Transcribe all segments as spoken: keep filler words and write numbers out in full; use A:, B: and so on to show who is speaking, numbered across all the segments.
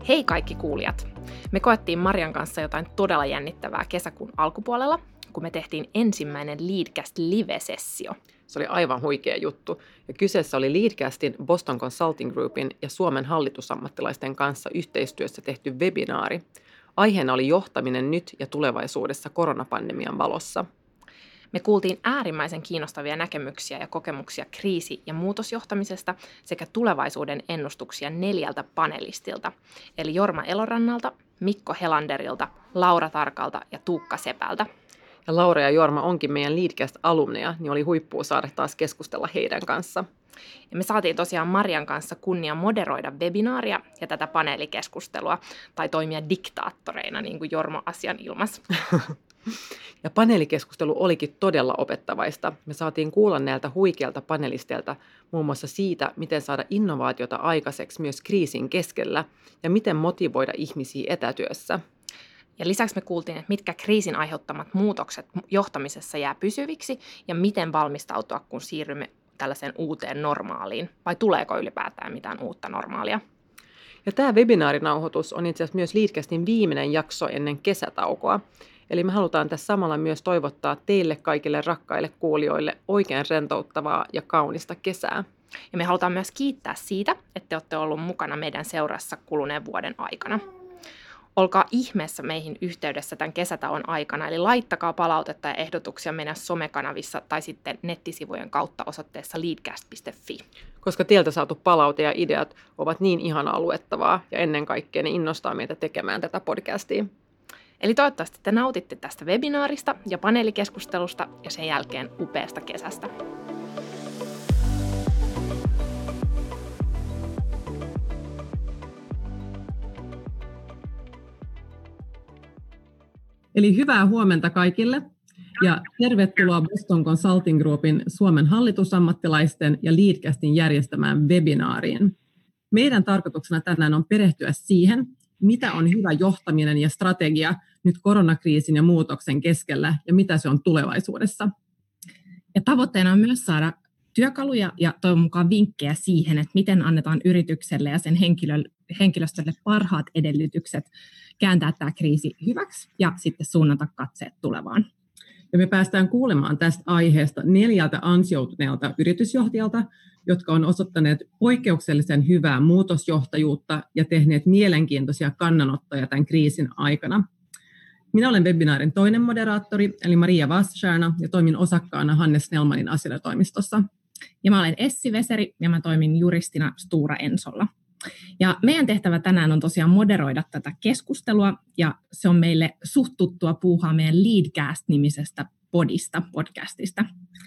A: Hei kaikki kuulijat! Me koettiin Marian kanssa jotain todella jännittävää kesäkuun alkupuolella, kun me tehtiin ensimmäinen Leadcast live-sessio.
B: Se oli aivan huikea juttu. Ja kyseessä oli Leadcastin, Boston Consulting Groupin ja Suomen hallitusammattilaisten kanssa yhteistyössä tehty webinaari. Aiheena oli johtaminen nyt ja tulevaisuudessa koronapandemian valossa.
A: Me kuultiin äärimmäisen kiinnostavia näkemyksiä ja kokemuksia kriisi- ja muutosjohtamisesta sekä tulevaisuuden ennustuksia neljältä panelistilta, eli Jorma Elorannalta, Mikko Helanderilta, Laura Tarkalta ja Tuukka Sepältä.
B: Ja Laura ja Jorma onkin meidän Leadcast-alumneja, niin oli huippua saada taas keskustella heidän kanssa.
A: Ja me saatiin tosiaan Marian kanssa kunnia moderoida webinaaria ja tätä paneelikeskustelua, tai toimia diktaattoreina, niin kuin Jorma asian ilmas.
B: Ja paneelikeskustelu olikin todella opettavaista. Me saatiin kuulla näiltä huikealta panelisteilta muun muassa siitä, miten saada innovaatiota aikaiseksi myös kriisin keskellä ja miten motivoida ihmisiä etätyössä.
A: Ja lisäksi me kuultiin, että mitkä kriisin aiheuttamat muutokset johtamisessa jää pysyviksi ja miten valmistautua, kun siirrymme tällaiseen uuteen normaaliin, vai tuleeko ylipäätään mitään uutta normaalia.
B: Ja tämä webinaarinauhoitus on itse asiassa myös Leadcastin viimeinen jakso ennen kesätaukoa. Eli me halutaan tässä samalla myös toivottaa teille kaikille rakkaille kuulijoille oikein rentouttavaa ja kaunista kesää.
A: Ja me halutaan myös kiittää siitä, että te olette olleet mukana meidän seurassa kuluneen vuoden aikana. Olkaa ihmeessä meihin yhteydessä tämän kesätauon aikana, eli laittakaa palautetta ja ehdotuksia meidän somekanavissa tai sitten nettisivujen kautta osoitteessa leadcast piste fi.
B: Koska teiltä saatu palaute ja ideat ovat niin ihanaa luettavaa ja ennen kaikkea ne innostaa meitä tekemään tätä podcastia.
A: Eli toivottavasti te nautitte tästä webinaarista ja paneelikeskustelusta ja sen jälkeen upeasta kesästä.
C: Eli hyvää huomenta kaikille ja tervetuloa Boston Consulting Groupin Suomen hallitusammattilaisten ja Leadcastin järjestämään webinaariin. Meidän tarkoituksena tänään on perehtyä siihen, mitä on hyvä johtaminen ja strategia nyt koronakriisin ja muutoksen keskellä ja mitä se on tulevaisuudessa.
D: Ja tavoitteena on myös saada työkaluja ja toivon mukaan vinkkejä siihen, että miten annetaan yritykselle ja sen henkilö, henkilöstölle parhaat edellytykset kääntää tämä kriisi hyväksi ja sitten suunnata katseet tulevaan.
C: Ja me päästään kuulemaan tästä aiheesta neljältä ansioutuneelta yritysjohtajalta, jotka on osoittaneet poikkeuksellisen hyvää muutosjohtajuutta ja tehneet mielenkiintoisia kannanottoja tämän kriisin aikana. Minä olen webinaarin toinen moderaattori, eli Maria Vassstjärna, ja toimin osakkaana Hannes Snellmanin asianajotoimistossa.
D: Ja mä olen Essi Veseri, ja mä toimin juristina Stora Ensolla. Ja meidän tehtävä tänään on tosiaan moderoida tätä keskustelua, ja se on meille suht tuttua puuhaa meidän Leadcast-nimisestä podista, podcastista.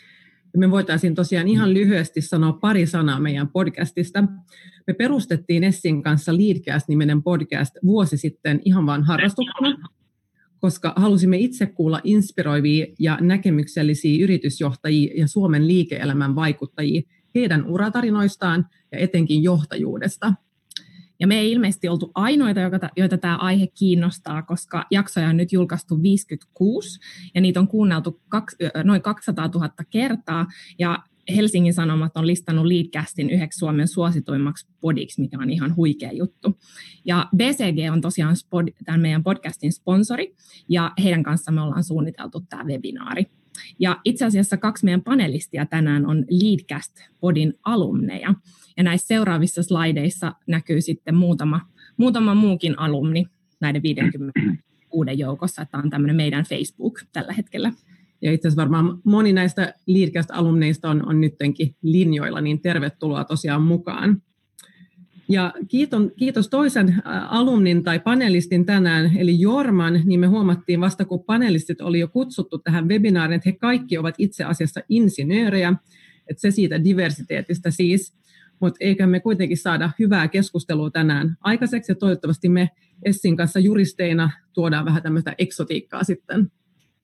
C: Me voitaisiin tosiaan ihan lyhyesti sanoa pari sanaa meidän podcastista. Me perustettiin Essin kanssa Leadcast-niminen podcast vuosi sitten ihan vain harrastuksena, koska halusimme itse kuulla inspiroivia ja näkemyksellisiä yritysjohtajia ja Suomen liike-elämän vaikuttajia heidän uratarinoistaan ja etenkin johtajuudesta.
D: Ja me ei ilmeisesti oltu ainoita, joita tämä aihe kiinnostaa, koska jaksoja on nyt julkaistu viisikymmentäkuusi ja niitä on kuunneltu kaksi, noin kaksisataatuhatta kertaa. Ja Helsingin Sanomat on listannut Leadcastin yhdeksi Suomen suosituimmaksi podiksi, mikä on ihan huikea juttu. Ja B C G on tosiaan tämän meidän podcastin sponsori ja heidän kanssa me ollaan suunniteltu tämä webinaari. Ja itse asiassa kaksi meidän panelistia tänään on Leadcast-podin alumneja. Ja näissä seuraavissa slideissa näkyy sitten muutama, muutama muukin alumni näiden viisikymmentäkuuden joukossa. Tämä on tämmöinen meidän Facebook tällä hetkellä.
C: Ja itse asiassa varmaan moni näistä Leadcast-alumneista on, on nyttenkin linjoilla, niin tervetuloa tosiaan mukaan. Ja kiitos, kiitos toisen alumnin tai panelistin tänään, eli Jorman, niin me huomattiin vasta kun panelistit oli jo kutsuttu tähän webinaariin, että he kaikki ovat itse asiassa insinöörejä, että se siitä diversiteetistä siis, mutta eikä me kuitenkin saada hyvää keskustelua tänään aikaiseksi ja toivottavasti me Essin kanssa juristeina tuodaan vähän tämmöistä eksotiikkaa sitten.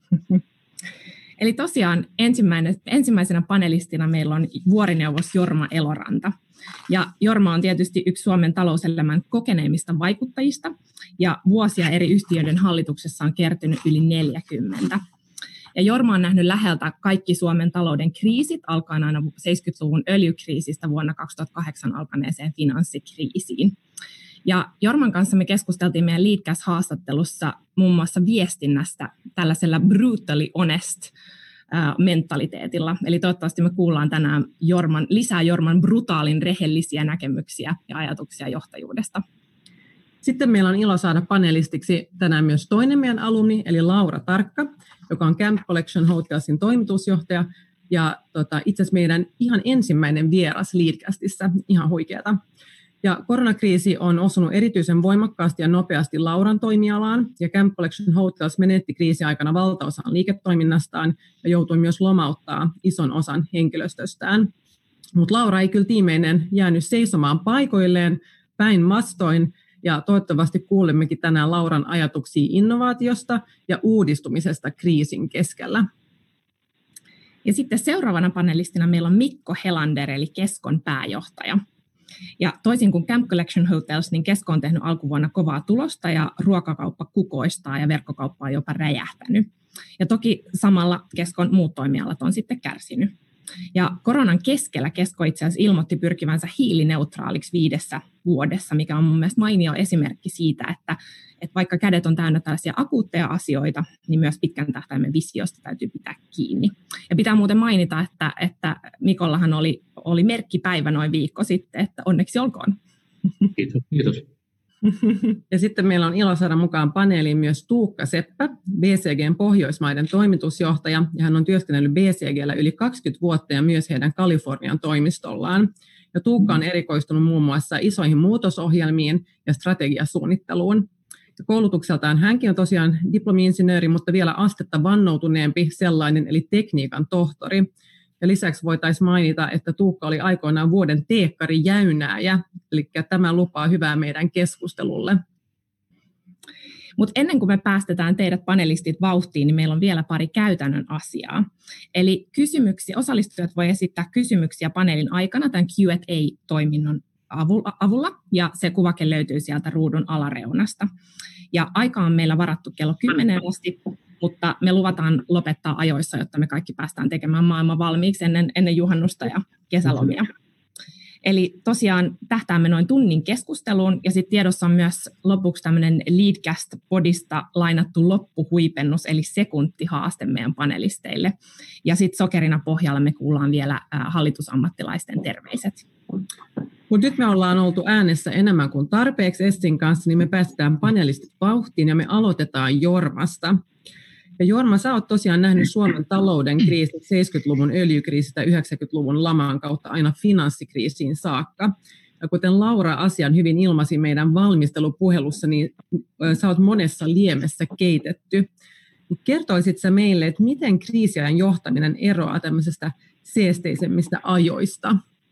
D: Eli tosiaan ensimmäisenä panelistina meillä on vuorineuvos Jorma Eloranta. Ja Jorma on tietysti yksi Suomen talouselämän kokeneimmista vaikuttajista, ja vuosia eri yhtiöiden hallituksessa on kertynyt yli neljäkymmentä. Ja Jorma on nähnyt läheltä kaikki Suomen talouden kriisit, alkaen aina seitsemänkymmentäluvun öljykriisistä vuonna kaksituhattakahdeksan alkaneeseen finanssikriisiin. Ja Jorman kanssa me keskusteltiin meidän Leadcast-haastattelussa muun muassa viestinnästä tällaisella brutally honest mentaliteetilla. Eli toivottavasti me kuullaan tänään Jorman, lisää Jorman brutaalin rehellisiä näkemyksiä ja ajatuksia johtajuudesta.
C: Sitten meillä on ilo saada panelistiksi tänään myös toinen meidän alumni, eli Laura Tarkka, joka on Camp Collection Hotelsin toimitusjohtaja ja tota, itse asiassa meidän ihan ensimmäinen vieras Leadcastissa, ihan huikeata. Ja koronakriisi on osunut erityisen voimakkaasti ja nopeasti Lauran toimialaan, ja Camp Collection Hotels menetti kriisiaikana valtaosan liiketoiminnastaan ja joutui myös lomauttaa ison osan henkilöstöstään. Mutta Laura ei kyllä tiimeinen jäänyt seisomaan paikoilleen päinvastoin, ja toivottavasti kuulemmekin tänään Lauran ajatuksia innovaatiosta ja uudistumisesta kriisin keskellä.
D: Ja sitten seuraavana panelistina meillä on Mikko Helander, eli Keskon pääjohtaja. Ja toisin kuin Camp Collection Hotels, niin Kesko on tehnyt alkuvuonna kovaa tulosta ja ruokakauppa kukoistaa ja verkkokauppa on jopa räjähtänyt. Ja toki samalla Keskon muut toimialat on sitten kärsinyt. Ja koronan keskellä Kesko itse asiassa ilmoitti pyrkivänsä hiilineutraaliksi viidessä vuodessa, mikä on mun mielestä mainio esimerkki siitä, että, että vaikka kädet on täynnä tällaisia akuutteja asioita, niin myös pitkän tähtäimen visiosta täytyy pitää kiinni. Ja pitää muuten mainita, että, että Mikollahan oli, oli merkkipäivä noin viikko sitten, että onneksi olkoon.
E: Kiitos, kiitos.
C: Ja sitten meillä on ilo saada mukaan paneeliin myös Tuukka Seppä, B C G:n Pohjoismaiden toimitusjohtaja, ja hän on työskennellyt B C G:llä yli kaksikymmentä vuotta ja myös heidän Kalifornian toimistollaan. Ja Tuukka on erikoistunut muun muassa isoihin muutosohjelmiin ja strategiasuunnitteluun. Ja koulutukseltaan hänkin on tosiaan diplomi-insinööri, mutta vielä astetta vannoutuneempi sellainen, eli tekniikan tohtori. Ja lisäksi voitaisiin mainita, että Tuukka oli aikoinaan vuoden teekkari jäynääjä, eli tämä lupaa hyvää meidän keskustelulle.
D: Mutta ennen kuin me päästetään teidät panelistit vauhtiin, niin meillä on vielä pari käytännön asiaa. Eli kysymyksiä, osallistujat voi esittää kysymyksiä paneelin aikana tämän Q and A-toiminnon avulla, ja se kuvake löytyy sieltä ruudun alareunasta. Ja aika on meillä varattu kello kymmenen asti, mutta me luvataan lopettaa ajoissa, jotta me kaikki päästään tekemään maailman valmiiksi ennen, ennen juhannusta ja kesälomia. Eli tosiaan tähtäämme noin tunnin keskusteluun, ja sitten tiedossa on myös lopuksi tämmöinen Leadcast-podista lainattu loppuhuipennus, eli sekuntihaaste meidän panelisteille. Ja sitten sokerina pohjalla me kuullaan vielä hallitusammattilaisten terveiset.
C: Mutta nyt me ollaan oltu äänessä enemmän kuin tarpeeksi Essin kanssa, niin me päästetään panelistit vauhtiin ja me aloitetaan Jormasta. Ja Jorma, sä oot tosiaan nähnyt Suomen talouden kriisit seitsemänkymmentäluvun öljykriisistä yhdeksänkymmentäluvun laman kautta aina finanssikriisiin saakka. Ja kuten Laura asian hyvin ilmaisi meidän valmistelupuhelussa, niin sä oot monessa liemessä keitetty. Kertoisit sä meille, että miten kriisiajan johtaminen eroaa tämmöisestä seesteisemmistä ajoista?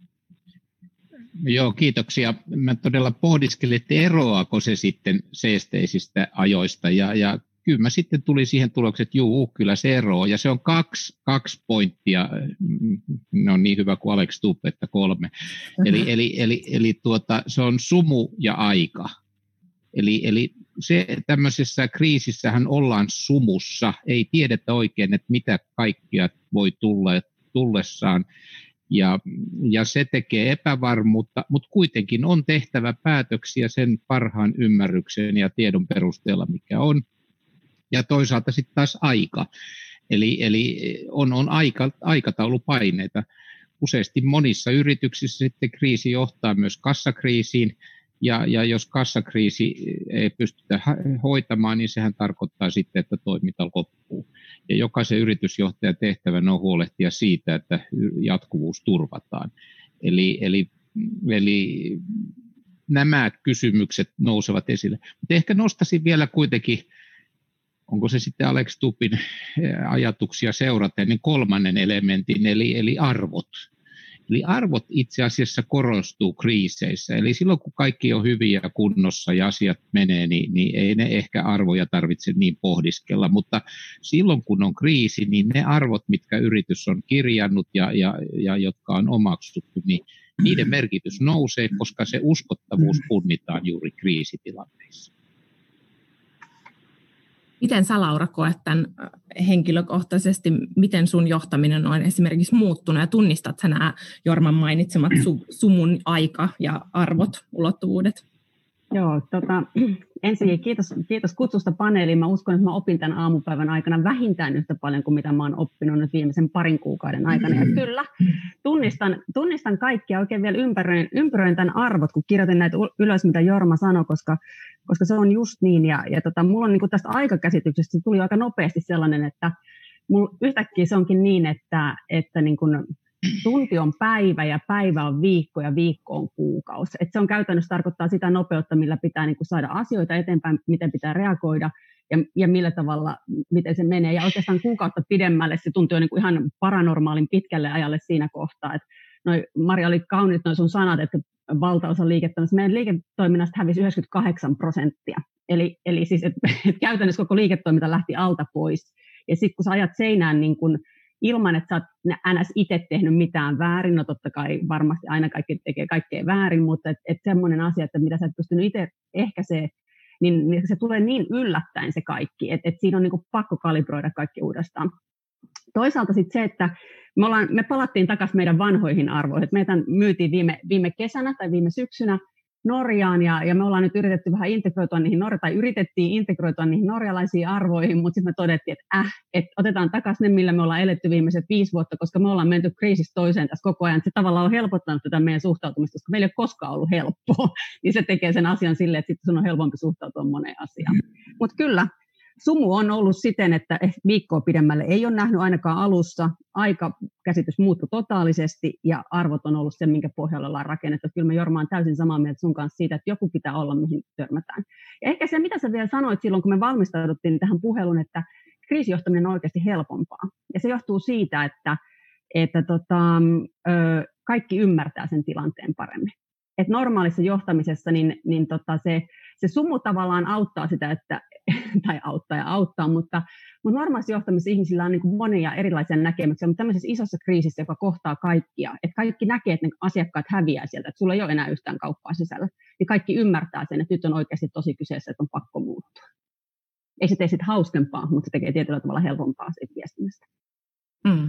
E: Joo, kiitoksia. Mä todella pohdiskelin, että eroaako se sitten seesteisistä ajoista, ja, ja kyllä mä sitten tuli siihen tulokseen, että juu, kyllä se eroaa, ja se on kaksi, kaksi pointtia, ne on niin hyvä kuin Alex Tuppe, että kolme. Eli, eli, eli, eli tuota, se on sumu ja aika. Eli, eli se tämmöisessä kriisissähän ollaan sumussa, ei tiedetä oikein, että mitä kaikkia voi tulla tullessaan. Ja, ja se tekee epävarmuutta, mutta kuitenkin on tehtävä päätöksiä sen parhaan ymmärryksen ja tiedon perusteella, mikä on. Ja toisaalta sitten taas aika. Eli, eli on, on aika, aikataulupaineita. Useasti monissa yrityksissä sitten kriisi johtaa myös kassakriisiin. Ja, ja jos kassakriisi ei pystytä hoitamaan, niin sehän tarkoittaa sitten, että toiminta loppuu. Ja jokaisen yritysjohtajan tehtävänä on huolehtia siitä, että jatkuvuus turvataan. Eli, eli, eli nämä kysymykset nousevat esille. Mutta ehkä nostaisin vielä kuitenkin, onko se sitten Alex Tuppin ajatuksia seuraten, niin kolmannen elementin, eli, eli arvot. Eli arvot itse asiassa korostuu kriiseissä. Eli silloin, kun kaikki on hyviä ja kunnossa ja asiat menee, niin, niin ei ne ehkä arvoja tarvitse niin pohdiskella. Mutta silloin, kun on kriisi, niin ne arvot, mitkä yritys on kirjannut ja, ja, ja jotka on omaksuttu, niin niiden merkitys nousee, koska se uskottavuus punnitaan juuri kriisitilanteissa.
D: Miten sä, Laura, koet tämän henkilökohtaisesti, miten sun johtaminen on esimerkiksi muuttunut ja tunnistat sä nämä Jorman mainitsemat su- sumun aika ja arvot, ulottuvuudet?
F: Joo, tota, ensinnäkin kiitos, kiitos kutsusta paneeliin. Mä uskon, että mä opin tämän aamupäivän aikana vähintään yhtä paljon kuin mitä mä oon oppinut nyt viimeisen parin kuukauden aikana. Ja kyllä, tunnistan, tunnistan kaikkia, oikein vielä ympäröin, ympäröin tämän arvot, kun kirjoitin näitä ylös, mitä Jorma sanoi, koska, koska se on just niin. Ja, ja tota, mulla on niin kuin tästä aikakäsityksestä, se tuli aika nopeasti sellainen, että mulla yhtäkkiä se onkin niin, että, että niin kuin tunti on päivä ja päivä on viikko ja viikko on kuukausi. Et se on käytännössä tarkoittaa sitä nopeutta, millä pitää niin kuin saada asioita eteenpäin, miten pitää reagoida ja, ja millä tavalla, miten se menee. Ja oikeastaan kuukautta pidemmälle se tuntuu niin kuin ihan paranormaalin pitkälle ajalle siinä kohtaa. Et noi, Maria, oli kauniit noin sun sanat, että valtaosa liiketoiminnasta. Meidän liiketoiminnasta hävisi yhdeksänkymmentäkahdeksan prosenttia. Eli, eli siis, että et käytännössä koko liiketoiminta lähti alta pois. Ja sitten kun sä ajat seinään niin kun, ilman, että sä oot ns. Itse tehnyt mitään väärin, no totta kai varmasti aina kaikki tekee kaikkea väärin, mutta et, et semmoinen asia, että mitä sä et pystynyt itse ehkäisee, niin, niin se tulee niin yllättäen se kaikki, että et siinä on niin kun pakko kalibroida kaikki uudestaan. Toisaalta sitten se, että me, ollaan, me palattiin takaisin meidän vanhoihin arvoihin. Meitä myytiin viime, viime kesänä tai viime syksynä Norjaan, ja, ja me ollaan nyt yritetty vähän integroitua niihin, tai yritettiin integroitua niihin norjalaisiin arvoihin, mutta sitten me todettiin, että äh, että otetaan takaisin ne, millä me ollaan eletty viimeiset viisi vuotta, koska me ollaan menty kriisistä toiseen tässä koko ajan. Se tavallaan on helpottanut tätä meidän suhtautumista, koska meillä ei ole koskaan ollut helppoa, niin se tekee sen asian silleen, että sitten sun on helpompi suhtautua moneen asiaan. Mutta kyllä, sumu on ollut siten, että viikkoa pidemmälle ei ole nähnyt ainakaan alussa. Aikakäsitys muuttui totaalisesti ja arvot on ollut se, minkä pohjalla ollaan rakennettu. Kyllä mä Jorma on täysin samaa mieltä sun kanssa siitä, että joku pitää olla, mihin törmätään. Ja ehkä se, mitä sä vielä sanoit silloin, kun me valmistauduttiin tähän puheluun, että kriisijohtaminen on oikeasti helpompaa. Ja se johtuu siitä, että, että tota, kaikki ymmärtää sen tilanteen paremmin. Et normaalissa johtamisessa niin, niin tota se, se sumu tavallaan auttaa sitä, että, tai auttaa ja auttaa, mutta, mutta normaalissa johtamisessa ihmisillä on niin kuin monia erilaisia näkemyksiä, mutta tämmöisessä isossa kriisissä, joka kohtaa kaikkia, että kaikki näkee, että ne asiakkaat häviää sieltä, että sulla ei ole enää yhtään kauppaa sisällä, niin kaikki ymmärtää sen, että nyt on oikeasti tosi kyseessä, että on pakko muuttua. Ei se tee sitä hauskempaa, mutta se tekee tietyllä tavalla helpompaa siitä viestinnästä.
C: Mm.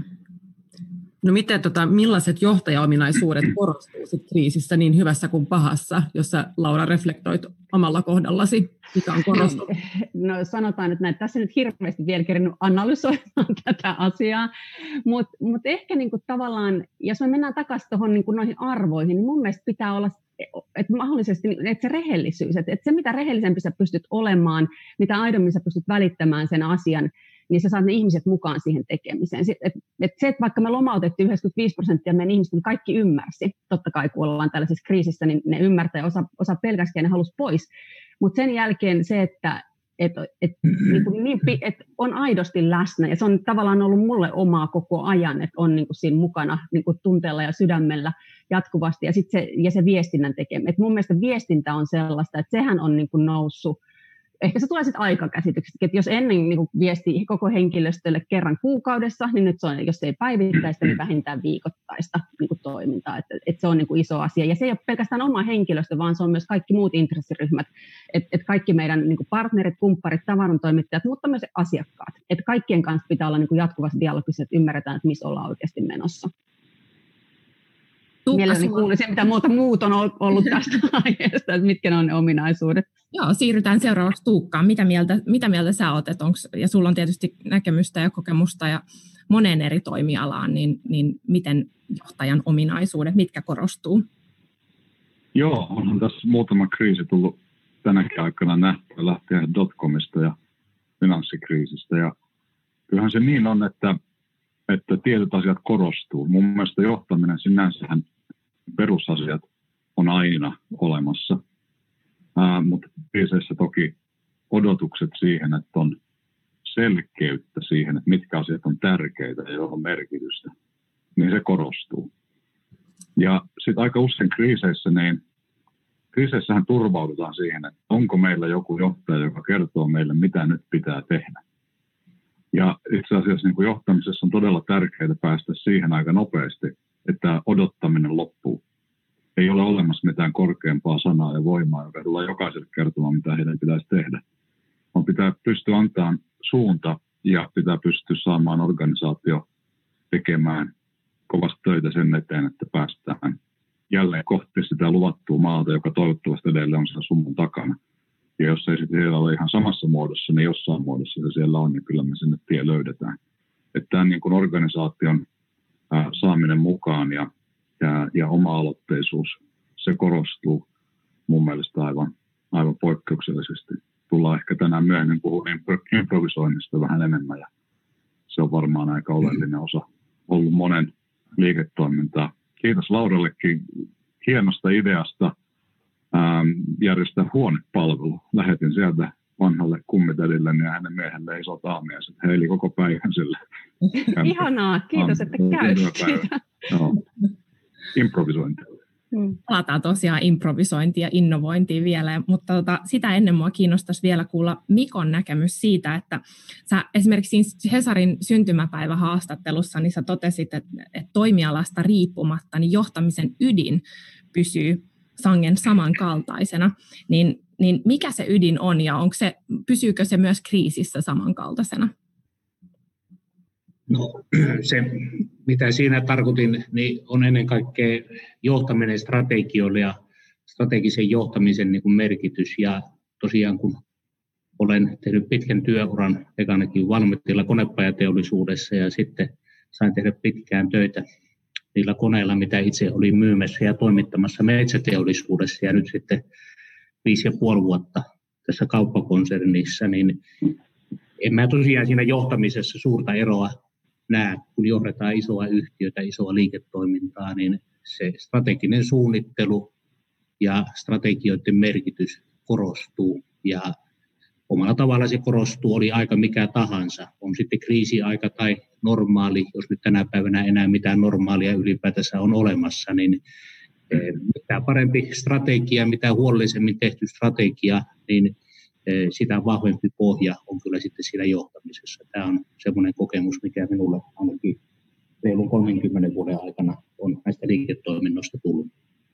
C: No miten, tota, millaiset johtajaominaisuudet korostuu sit kriisissä niin hyvässä kuin pahassa, jos sä, Laura, reflektoit omalla kohdallasi, mikä on korostunut?
F: No sanotaan, että näin, tässä nyt hirveästi vielä kerinyt analysoimaan tätä asiaa, mutta mut ehkä niinku tavallaan, jos me mennään takaisin tuohon niinku noihin arvoihin, niin mun mielestä pitää olla, että mahdollisesti että se rehellisyys, että, että se mitä rehellisempi sä pystyt olemaan, mitä aidommin sä pystyt välittämään sen asian, niin sä saat ne ihmiset mukaan siihen tekemiseen. Et, et se, että vaikka me lomautettiin yhdeksänkymmentäviisi prosenttia meidän ihmiset, niin kaikki ymmärsi. Totta kai kun ollaan tällaisessa kriisissä, niin ne ymmärtää ja osa, osa pelkästään ne halusi pois. Mutta sen jälkeen se, että et, et, niin, niin, et on aidosti läsnä, ja se on tavallaan ollut mulle omaa koko ajan, että on niin kuin siinä mukana niin kuin tunteella ja sydämellä jatkuvasti, ja, sit se, ja se viestinnän tekeminen. Et mun mielestä viestintä on sellaista, että sehän on niin kuin noussut. Ehkä se tulee sitten aikakäsityksestä, että jos ennen niin kuin viesti koko henkilöstölle kerran kuukaudessa, niin nyt se on, jos ei päivittäistä, niin vähintään viikoittaista niin kuin toimintaa. Että, että se on niin kuin iso asia. Ja se ei ole pelkästään oma henkilöstö, vaan se on myös kaikki muut intressiryhmät. Että, että kaikki meidän niin kuin partnerit, kumpparit, tavarantoimittajat, mutta myös asiakkaat. Että kaikkien kanssa pitää olla niin kuin jatkuvasti dialogissa, että ymmärretään, että missä ollaan oikeasti menossa. Mielelläni kuulisin, mitä muuta muut on ollut tästä aiheesta, että mitkä ne on ne ominaisuudet.
D: Joo, siirrytään seuraavaksi Tuukkaan. Mitä mieltä, mitä mieltä sä oot? Onks, ja sulla on tietysti näkemystä ja kokemusta ja moneen eri toimialaan, niin, niin miten johtajan ominaisuudet, mitkä korostuu?
G: Joo, onhan tässä muutama kriisi tullut tänäkin aikana nähtyä lähtien dotcomista ja finanssikriisistä. Ja kyllähän se niin on, että, että tietyt asiat korostuu. Mun mielestä johtaminen sinänsähän perusasiat on aina olemassa. Ää, mutta kriiseissä toki odotukset siihen, että on selkeyttä siihen, että mitkä asiat on tärkeitä ja joilla on merkitystä, niin se korostuu. Ja sitten aika usein kriiseissä, niin kriiseissähän turvaudutaan siihen, että onko meillä joku johtaja, joka kertoo meille, mitä nyt pitää tehdä. Ja itse asiassa niin kuin johtamisessa on todella tärkeää päästä siihen aika nopeasti, että odottaminen loppuu. Ei ole olemassa mitään korkeampaa sanaa ja voimaa, joka tulee jokaiselle kertomaan, mitä heidän pitäisi tehdä. On pitää pystyä antamaan suunta ja pitää pystyä saamaan organisaatio tekemään kovasti töitä sen eteen, että päästään jälleen kohti sitä luvattua maata, joka toivottavasti edelleen on sen summan takana. Ja jos ei sitten siellä ole ihan samassa muodossa, niin jossain muodossa se siellä on, niin kyllä me sinne tie löydetään. Että tämän niin kuin organisaation ää, saaminen mukaan ja, ja, ja oma-aloitteisuus, se korostuu mun mielestä aivan, aivan poikkeuksellisesti. Tullaan ehkä tänään myöhemmin puhumaan improvisoinnista vähän enemmän, ja se on varmaan aika oleellinen osa ollut monen liiketoimintaa. Kiitos Laurallekin hienosta ideasta ähm, järjestää huonepalvelu. Lähetin sieltä vanhalle kummitädille ja hänen miehelle isot aamiaiset. Heili koko päivän sille.
F: Ihanaa, kiitos, että käytit.
G: Improvisointi.
D: Palataan tosiaan improvisointiin ja innovointiin vielä, mutta tota, sitä ennen mua kiinnostaisi vielä kuulla Mikon näkemys siitä, että sä esimerkiksi Hesarin syntymäpäivähaastattelussa niin sä totesit, että, että toimialasta riippumatta niin johtamisen ydin pysyy sangen samankaltaisena, niin, niin mikä se ydin on ja onko se, pysyykö se myös kriisissä samankaltaisena?
H: No se, mitä siinä tarkoitin, niin on ennen kaikkea johtaminen strategioille ja strategisen johtamisen niin kuin merkitys. Ja tosiaan kun olen tehnyt pitkän työuran ekanakin Valmettilla konepajateollisuudessa ja sitten sain tehdä pitkään töitä niillä koneilla, mitä itse olin myymässä ja toimittamassa metsäteollisuudessa ja nyt sitten viisi ja puoli vuotta tässä kauppakonsernissa, niin en mä tosiaan siinä johtamisessa suurta eroa näe, kun johdetaan isoa yhtiötä, isoa liiketoimintaa, niin se strateginen suunnittelu ja strategioiden merkitys korostuu ja omalla tavalla se korostuu, oli aika mikä tahansa. On sitten kriisiaika tai normaali, jos nyt tänä päivänä enää mitään normaalia ylipäätänsä on olemassa, niin mitä parempi strategia, mitä huolellisemmin tehty strategia, niin sitä vahvempi pohja on kyllä sitten siinä johtamisessa. Tämä on semmoinen kokemus, mikä minulle ainakin reilun kolmenkymmenen vuoden aikana on näistä liiketoiminnoista tullut.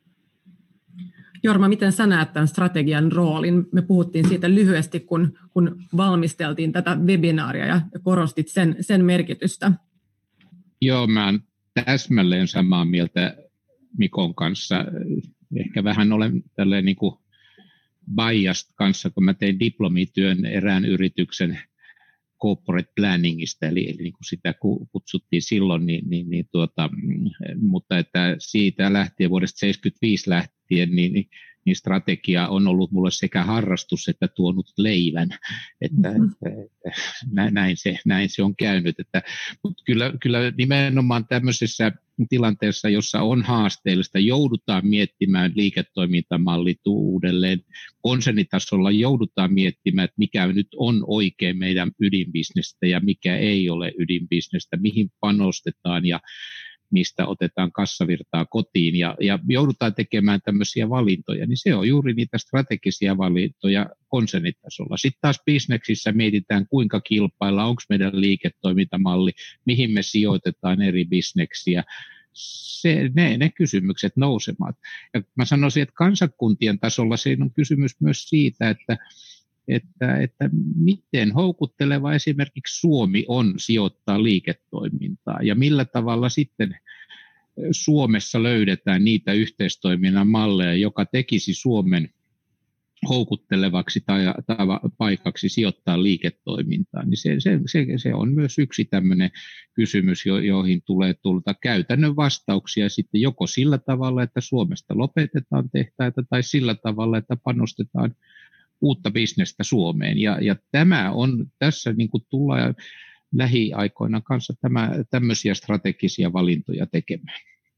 C: Jorma, miten sä näet tämän strategian roolin? Me puhuttiin siitä lyhyesti, kun, kun valmisteltiin tätä webinaaria ja korostit sen, sen merkitystä.
E: Joo, mä olen täsmälleen samaa mieltä Mikon kanssa. Ehkä vähän olen tälleen niin kuin biased kanssa, kun mä tein diplomityön erään yrityksen corporate planningista, eli, eli niin kuin sitä kutsuttiin silloin, niin, niin, niin tuota, mutta että siitä lähtien, vuodesta seitsemänkymmentäviisi lähtien, niin, niin, niin strategia on ollut mulle sekä harrastus että tuonut leivän, että, että, että näin, se, näin se on käynyt, että, mutta kyllä, kyllä nimenomaan tämmöisessä tilanteessa, jossa on haasteellista, joudutaan miettimään liiketoimintamallit uudelleen. Konsernitasolla joudutaan miettimään, että mikä nyt on oikein meidän ydinbisnestä ja mikä ei ole ydinbisnestä, mihin panostetaan ja mistä otetaan kassavirtaa kotiin ja, ja joudutaan tekemään tämmöisiä valintoja, niin se on juuri niitä strategisia valintoja konsernitasolla. Sitten taas bisneksissä mietitään, kuinka kilpailla, onko meidän liiketoimintamalli, mihin me sijoitetaan eri bisneksiä. Se, ne, ne kysymykset nousemaan. Ja mä sanoisin, että kansakuntien tasolla siinä on kysymys myös siitä, että Että, että miten houkutteleva esimerkiksi Suomi on sijoittaa liiketoimintaa ja millä tavalla sitten Suomessa löydetään niitä yhteistoiminnan malleja, joka tekisi Suomen houkuttelevaksi tai, tai paikaksi sijoittaa liiketoimintaa. Niin se, se, se, se on myös yksi tämmöinen kysymys, jo, joihin tulee tulta käytännön vastauksia sitten joko sillä tavalla, että Suomesta lopetetaan tehtaita tai sillä tavalla, että panostetaan uutta bisnestä Suomeen. Ja, ja tämä on, tässä niin kuin tullaan lähiaikoina kanssa tämä, tämmöisiä strategisia valintoja tekemään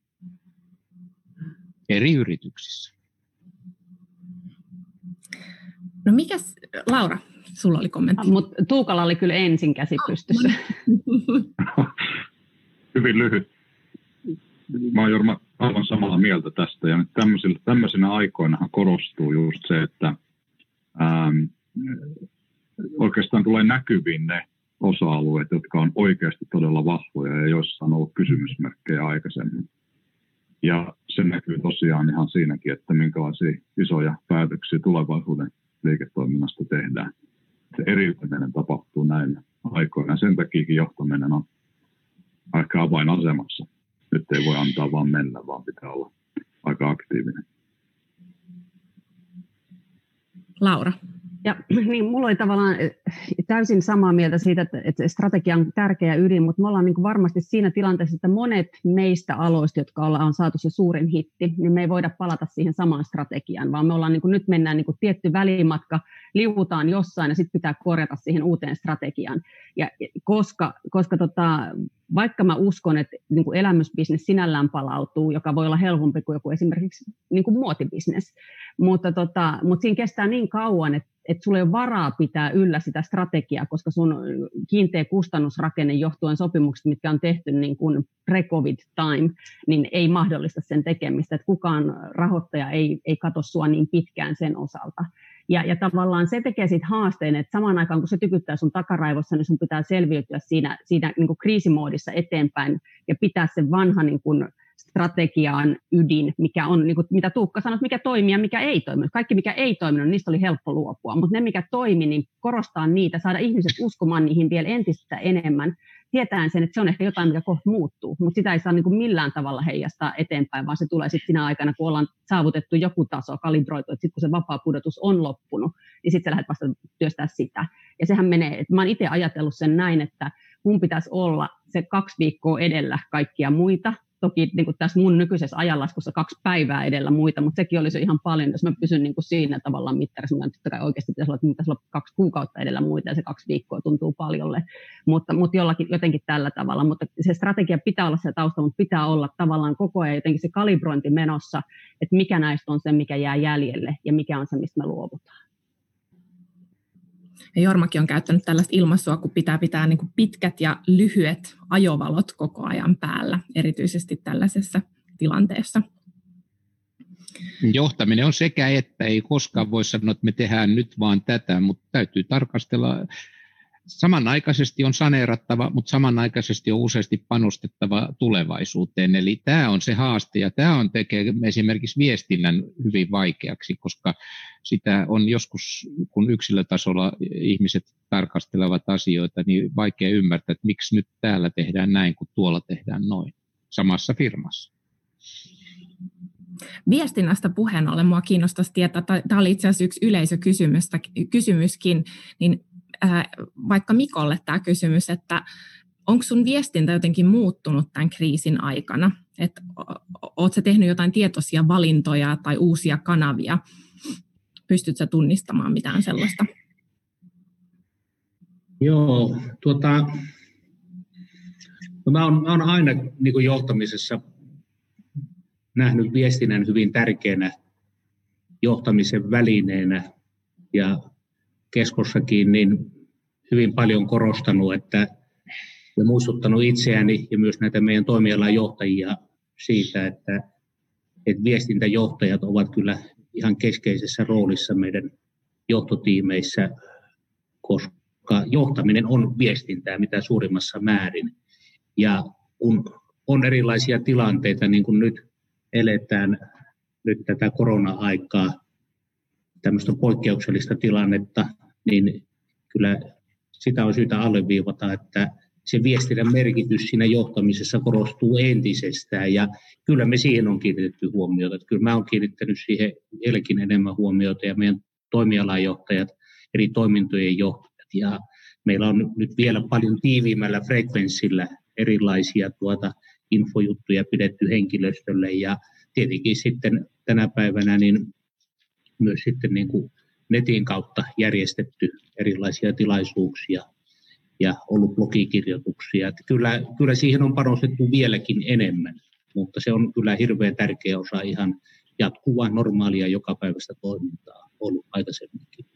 E: eri yrityksissä.
D: No mikäs, Laura, sulla oli kommentti.
F: Mutta Tuukalla oli kyllä ensin käsi pystyssä.
G: Hyvin lyhyt. Mä oon Jorma aivan samaa mieltä tästä. Ja nyt tämmöisenä aikoinahan korostuu just se, että Ähm, oikeastaan tulee näkyviin ne osa-alueet, jotka on oikeasti todella vahvoja ja joissa on ollut kysymysmerkkejä aikaisemmin. Ja se näkyy tosiaan ihan siinäkin, että minkälaisia isoja päätöksiä tulevaisuuden liiketoiminnasta tehdään. Se eriytyminen tapahtuu näin aikoina. Sen takiakin johtaminen on aika avainasemassa. Nyt ei voi antaa vaan mennä, vaan pitää olla aika aktiivinen.
D: Laura.
F: Ja niin, mulla oli tavallaan täysin samaa mieltä siitä, että, että strategia on tärkeä ydin, mutta me ollaan niin kuin varmasti siinä tilanteessa, että monet meistä aloista, jotka ollaan saatu se suurin hitti, niin me ei voida palata siihen samaan strategiaan, vaan me ollaan niin kuin, nyt mennään niin kuin tietty välimatka, liuutaan jossain ja sitten pitää korjata siihen uuteen strategiaan. Ja koska, koska tota, vaikka mä uskon, että niin kuin elämysbisnes sinällään palautuu, joka voi olla helpompi kuin joku esimerkiksi niin kuin muotibisnes, mutta, tota, mutta siinä kestää niin kauan, että että sulla ei ole varaa pitää yllä sitä strategiaa, koska sun kiinteä kustannusrakenne johtuen sopimuksista, mitkä on tehty niin kuin pre-covid time, niin ei mahdollista sen tekemistä, että kukaan rahoittaja ei, ei katso sua niin pitkään sen osalta. Ja, ja tavallaan se tekee siitä haasteen, että samaan aikaan kun se tykyttää sun takaraivossa, niin sun pitää selviytyä siinä, siinä niin kuin kriisimoodissa eteenpäin ja pitää se vanha niin kuin strategian ydin, mikä on, niin kuin, mitä Tuukka sanoi, mikä toimii ja mikä ei toimi. Kaikki, mikä ei toiminut, niistä oli helppo luopua, mutta ne, mikä toimi, niin korostaa niitä, saada ihmiset uskomaan niihin vielä entistä enemmän, tietäen sen, että se on ehkä jotain, mikä kohta muuttuu, mutta sitä ei saa niin kuin millään tavalla heijastaa eteenpäin, vaan se tulee sitten siinä aikana, kun ollaan saavutettu joku taso, kalibroitu, että sitten kun se vapaa pudotus on loppunut, niin sitten sä lähdet vasta työstää sitä. Ja sehän menee, että mä oon itse ajatellut sen näin, että mun pitäisi olla se kaksi viikkoa edellä kaikkia muita. Toki niin kuin tässä mun nykyisessä ajanlaskussa kaksi päivää edellä muita, mutta sekin olisi ihan paljon, jos mä pysyn niin kuin siinä tavallaan mittarissa. Mä totta kai oikeasti pitäisi olla, että pitäisi olla kaksi kuukautta edellä muita ja se kaksi viikkoa tuntuu paljolle, mutta, mutta jollakin, jotenkin tällä tavalla. Mutta se strategia pitää olla siellä taustalla, mutta pitää olla tavallaan koko ajan jotenkin se kalibrointi menossa, että mikä näistä on se, mikä jää jäljelle ja mikä on se, mistä me luovutaan.
D: Ja Jormakin on käyttänyt tällaista ilmaisua, kun pitää pitää niin kuin pitkät ja lyhyet ajovalot koko ajan päällä, erityisesti tällaisessa tilanteessa.
E: Johtaminen on sekä että, ei koskaan voi sanoa, että me tehdään nyt vaan tätä, mutta täytyy tarkastella. Samanaikaisesti on saneerattava, mutta samanaikaisesti on useasti panostettava tulevaisuuteen. Eli tämä on se haaste ja tämä on tekee esimerkiksi viestinnän hyvin vaikeaksi, koska sitä on joskus, kun yksilötasolla ihmiset tarkastelevat asioita, niin vaikea ymmärtää, että miksi nyt täällä tehdään näin, kun tuolla tehdään noin samassa firmassa.
D: Viestinnästä puheen ollen mua kiinnostaisi tietää, tämä oli itse asiassa yksi yleisökysymyskin, niin vaikka Mikolle tämä kysymys, että onko sun viestintä jotenkin muuttunut tämän kriisin aikana? Että ootko sä tehnyt jotain tietoisia valintoja tai uusia kanavia? Pystytkö sä tunnistamaan mitään sellaista?
H: Joo, tuota, no mä, oon, mä oon aina niin kuin johtamisessa nähnyt viestinnän hyvin tärkeänä johtamisen välineenä ja Keskossakin niin hyvin paljon korostanut että, ja muistuttanut itseäni ja myös näitä meidän toimialan johtajia siitä, että, että viestintäjohtajat ovat kyllä ihan keskeisessä roolissa meidän johtotiimeissä, koska johtaminen on viestintää mitä suurimmassa määrin. Ja kun on erilaisia tilanteita, niin kuin nyt eletään nyt tätä korona-aikaa, tämmöistä poikkeuksellista tilannetta, niin kyllä sitä on syytä alleviivata, että se viestinnän merkitys siinä johtamisessa korostuu entisestään ja kyllä me siihen on kiinnitetty huomiota. Että kyllä mä oon kiinnittänyt siihen vieläkin enemmän huomiota ja meidän toimialajohtajat, eri toimintojen johtajat ja meillä on nyt vielä paljon tiiviimmällä frekvenssillä erilaisia tuota infojuttuja pidetty henkilöstölle ja tietenkin sitten tänä päivänä niin myös sitten niin kuin netin kautta järjestetty erilaisia tilaisuuksia ja ollut blogikirjoituksia. Että kyllä, kyllä siihen on panostettu vieläkin enemmän, mutta se on kyllä hirveän tärkeä osa ihan jatkuvaa normaalia jokapäiväistä toimintaa ollut aikaisemminkin.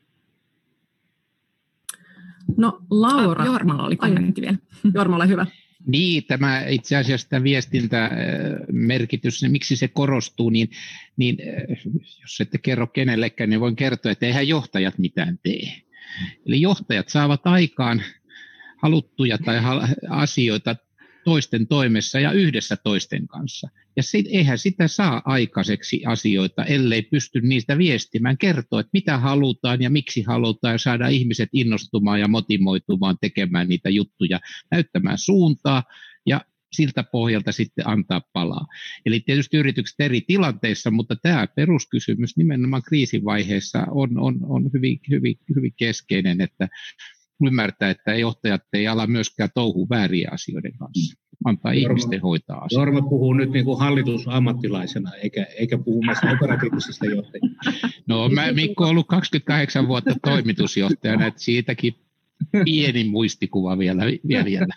D: No Laura. Ah, Jormalla oli kommentti vielä.
C: Jorma, ole hyvä.
E: Niin, tämä itse asiassa tämä viestintämerkitys, miksi se korostuu, niin, niin jos ette kerro kenellekään, niin voin kertoa, että eihän johtajat mitään tee. Eli johtajat saavat aikaan haluttuja tai asioita toisten toimessa ja yhdessä toisten kanssa. Ja sit, eihän sitä saa aikaiseksi asioita, ellei pysty niistä viestimään, kertoa, että mitä halutaan ja miksi halutaan ja saada ihmiset innostumaan ja motivoitumaan tekemään niitä juttuja, näyttämään suuntaa ja siltä pohjalta sitten antaa palaa. Eli tietysti yritykset eri tilanteissa, mutta tämä peruskysymys nimenomaan kriisivaiheessa on, on, on hyvin, hyvin, hyvin keskeinen, että ymmärtää, että johtajat ei ala myöskään touhua väärien asioiden kanssa. Antaa Jorma, ihmisten hoitaa asioita.
H: Jorma puhuu nyt niin kuin hallitusammattilaisena, eikä, eikä puhumassa operatiivisista johtajista.
E: No mä Mikko olen ollut kaksikymmentäkahdeksan vuotta toimitusjohtajana, että siitäkin pieni muistikuva vielä jäljellä.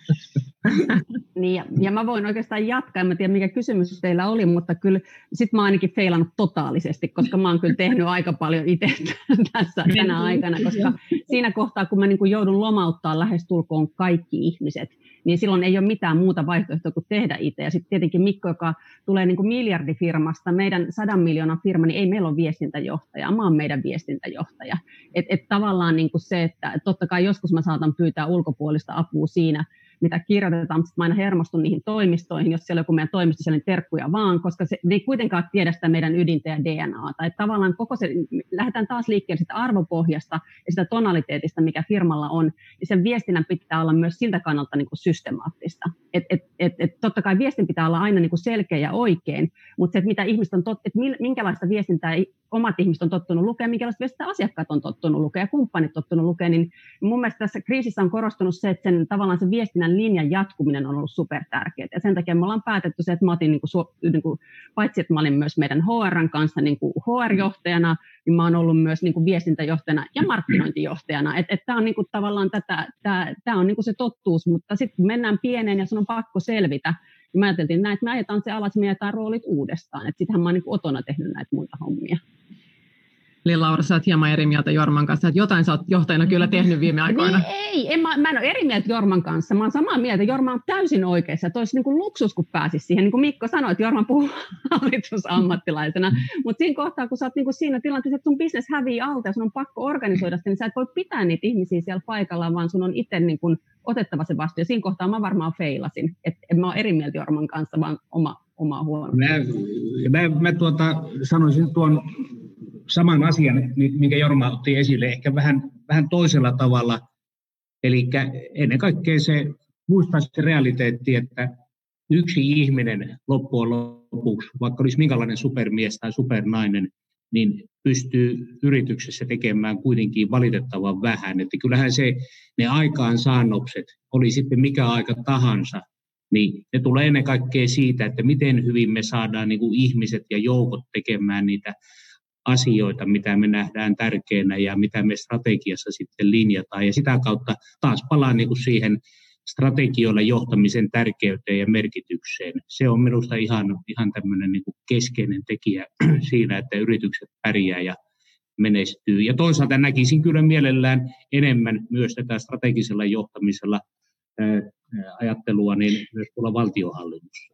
F: Niin, ja, ja mä voin oikeastaan jatkaa, en mä tiedä mikä kysymys teillä oli, mutta kyllä sit mä oon ainakin feilannut totaalisesti, koska mä oon kyllä tehnyt aika paljon itse tässä tänä aikana, koska siinä kohtaa, kun mä niin kuin joudun lomauttaa lähestulkoon kaikki ihmiset, niin silloin ei ole mitään muuta vaihtoehtoa kuin tehdä itse. Ja sitten tietenkin Mikko, joka tulee niin kuin miljardifirmasta, meidän sadan miljoonan firma, niin ei meillä ole viestintäjohtaja, mä oon meidän viestintäjohtaja. Et, et tavallaan niin kuin se, että totta kai joskus mä saatan pyytää ulkopuolista apua siinä, mitä kirjoitetaan, mutta mä aina hermostun niihin toimistoihin, jos siellä on joku meidän toimisto, siellä terkkuja vaan, koska se, ne ei kuitenkaan tiedä sitä meidän ydintä ja D N A:ta. Että tavallaan koko se, lähdetään taas liikkeelle sitä arvopohjasta ja sitä tonaliteetista, mikä firmalla on, ja sen viestinnän pitää olla myös siltä kannalta niin kuin systemaattista. Et, et, et, et totta kai viestin pitää olla aina niin kuin selkeä ja oikein, mutta se, että mitä ihmiset on tot, että minkälaista viestintää omat ihmiset on tottunut lukea, minkälaista viestintää asiakkaat on tottunut lukea ja kumppanit tottunut lukea, niin mun mielestä tässä kriisissä on korostunut se, että sen, tavallaan se viestinnän linjan jatkuminen on ollut supertärkeää. Ja sen takia me ollaan päätetty se, että mä otin, niin kuin, niin kuin, paitsi että mä olin myös meidän H R:n kanssa niin kuin H R-johtajana, niin mä oon ollut myös niin kuin viestintäjohtajana ja markkinointijohtajana. Että et tämä on niin kuin, tavallaan tätä, tää, tää on niin kuin se tottuus, mutta sitten kun mennään pieneen ja sun on pakko selvitä, niin mä ajattelin näin, että me ajetaan se alas, me ajetaan roolit uudestaan. Että sittenhän mä oon niin kuin Otona tehnyt näitä muita hommia.
C: Eli Laura, sä oot hieman eri mieltä Jorman kanssa, että jotain sä oot johtajana kyllä tehnyt viime aikoina.
F: Niin, ei, en, mä, mä en ole eri mieltä Jorman kanssa. Mä oon samaa mieltä, Jorma on täysin oikeassa. Että olisi niin kuin luksus, kun pääsisi siihen. Niin kuin Mikko sanoi, että Jorma puhuu hallitusammattilaisena. Mutta siinä kohtaa, kun sä oot niin kuin siinä tilanteessa, että sun business hävii alta ja sun on pakko organisoida sitä, niin sä et voi pitää niitä ihmisiä siellä paikallaan, vaan sun on itse niin kuin otettava se vastuu. Ja siinä kohtaa mä varmaan feilasin. Että en mä ole eri mieltä Jorman kanssa, vaan oma, oma huono.
H: Mä, mä, mä tuota, sanoisin tuon saman asian, minkä Jorma otti esille, ehkä vähän, vähän toisella tavalla. Eli ennen kaikkea se muistaa se realiteetti, että yksi ihminen loppujen lopuksi, vaikka olisi minkälainen supermies tai supernainen, niin pystyy yrityksessä tekemään kuitenkin valitettavan vähän. Että kyllähän se, ne aikaansaannokset, oli sitten mikä aika tahansa, niin ne tulee ennen kaikkea siitä, että miten hyvin me saadaan niin kuin ihmiset ja joukot tekemään niitä asioita, mitä me nähdään tärkeänä ja mitä me strategiassa sitten linjataan. Ja sitä kautta taas palaan niin kuin siihen strategioilla johtamisen tärkeyteen ja merkitykseen. Se on minusta ihan, ihan tämmöinen niin kuin keskeinen tekijä siinä, että yritykset pärjää ja menestyy. Ja toisaalta näkisin kyllä mielellään enemmän myös tätä strategisella johtamisella ää, ajattelua niin myös tuolla valtionhallinnossa.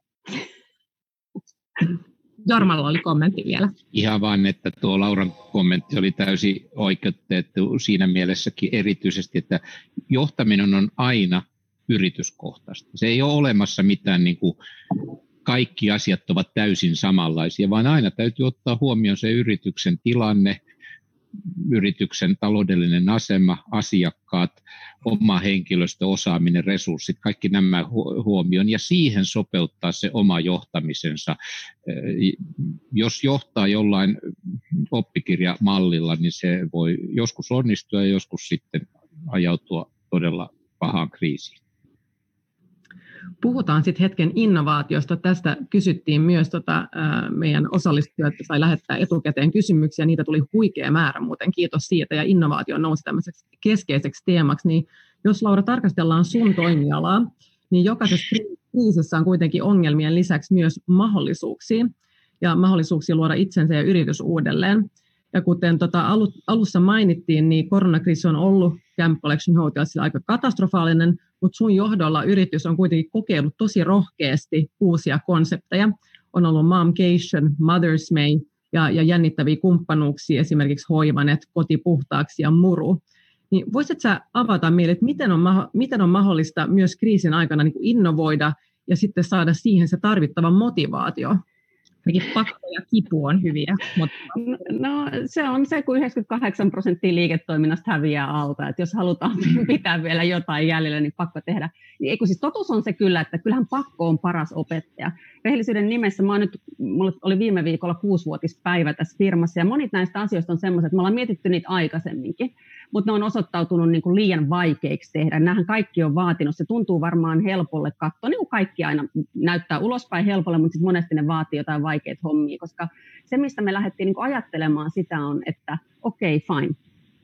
C: Jormalla oli kommentti vielä.
E: Ihan vain, että tuo Lauran kommentti oli täysin oikeutettu siinä mielessäkin erityisesti, että johtaminen on aina yrityskohtaista. Se ei ole olemassa mitään niin kuin kaikki asiat ovat täysin samanlaisia, vaan aina täytyy ottaa huomioon se yrityksen tilanne, yrityksen taloudellinen asema, asiakkaat, oma henkilöstö, osaaminen, resurssit, kaikki nämä huomioon ja siihen sopeuttaa se oma johtamisensa. Jos johtaa jollain oppikirjamallilla, niin se voi joskus onnistua ja joskus sitten ajautua todella pahaan kriisiin.
C: Puhutaan sitten hetken innovaatiosta. Tästä kysyttiin myös tota, ää, meidän osallistujat, että sai lähettää etukäteen kysymyksiä. Niitä tuli huikea määrä muuten. Kiitos siitä. Ja innovaatio nousi tämmöiseksi keskeiseksi teemaksi. Niin jos Laura tarkastellaan sun toimialaa, niin jokaisessa kriisissä on kuitenkin ongelmien lisäksi myös mahdollisuuksia. Ja mahdollisuuksia luoda itsensä ja yritys uudelleen. Ja kuten tota alussa mainittiin, niin koronakriisi on ollut Camp Collection Hotelsilla aika katastrofaalinen, mutta sun johdolla yritys on kuitenkin kokeillut tosi rohkeasti uusia konsepteja. On ollut Momcation, Mother's May ja, ja jännittäviä kumppanuuksia, esimerkiksi Hoivanet, Koti puhtaaksi ja Muru. Niin voisitko sä avata meille, että miten on, miten on mahdollista myös kriisin aikana niin kuin innovoida ja sitten saada siihen se tarvittava motivaatio?
D: pakko ja kipu on hyviä. Mutta...
F: No se on se, kun yhdeksänkymmentäkahdeksan prosenttia liiketoiminnasta häviää alta. Että jos halutaan pitää vielä jotain jäljellä, niin pakko tehdä. Niin, eikö siis totuus on se kyllä, että kyllähän pakko on paras opettaja. Rehellisyyden nimessä, mä nyt, mulla oli viime viikolla kuusivuotispäivä tässä firmassa, ja monet näistä asioista on semmoiset, että me ollaan mietitty niitä aikaisemminkin, mutta ne on osoittautunut niin kuin liian vaikeiksi tehdä. Nämähän kaikki on vaatinut. Se tuntuu varmaan helpolle katsoa, niin kuin kaikki aina näyttää ulospäin helpolle, mutta sitten monesti ne vaatii jotain vaikeita hommia, koska se, mistä me lähdettiin niin kuin ajattelemaan sitä on, että okei, okay, fine,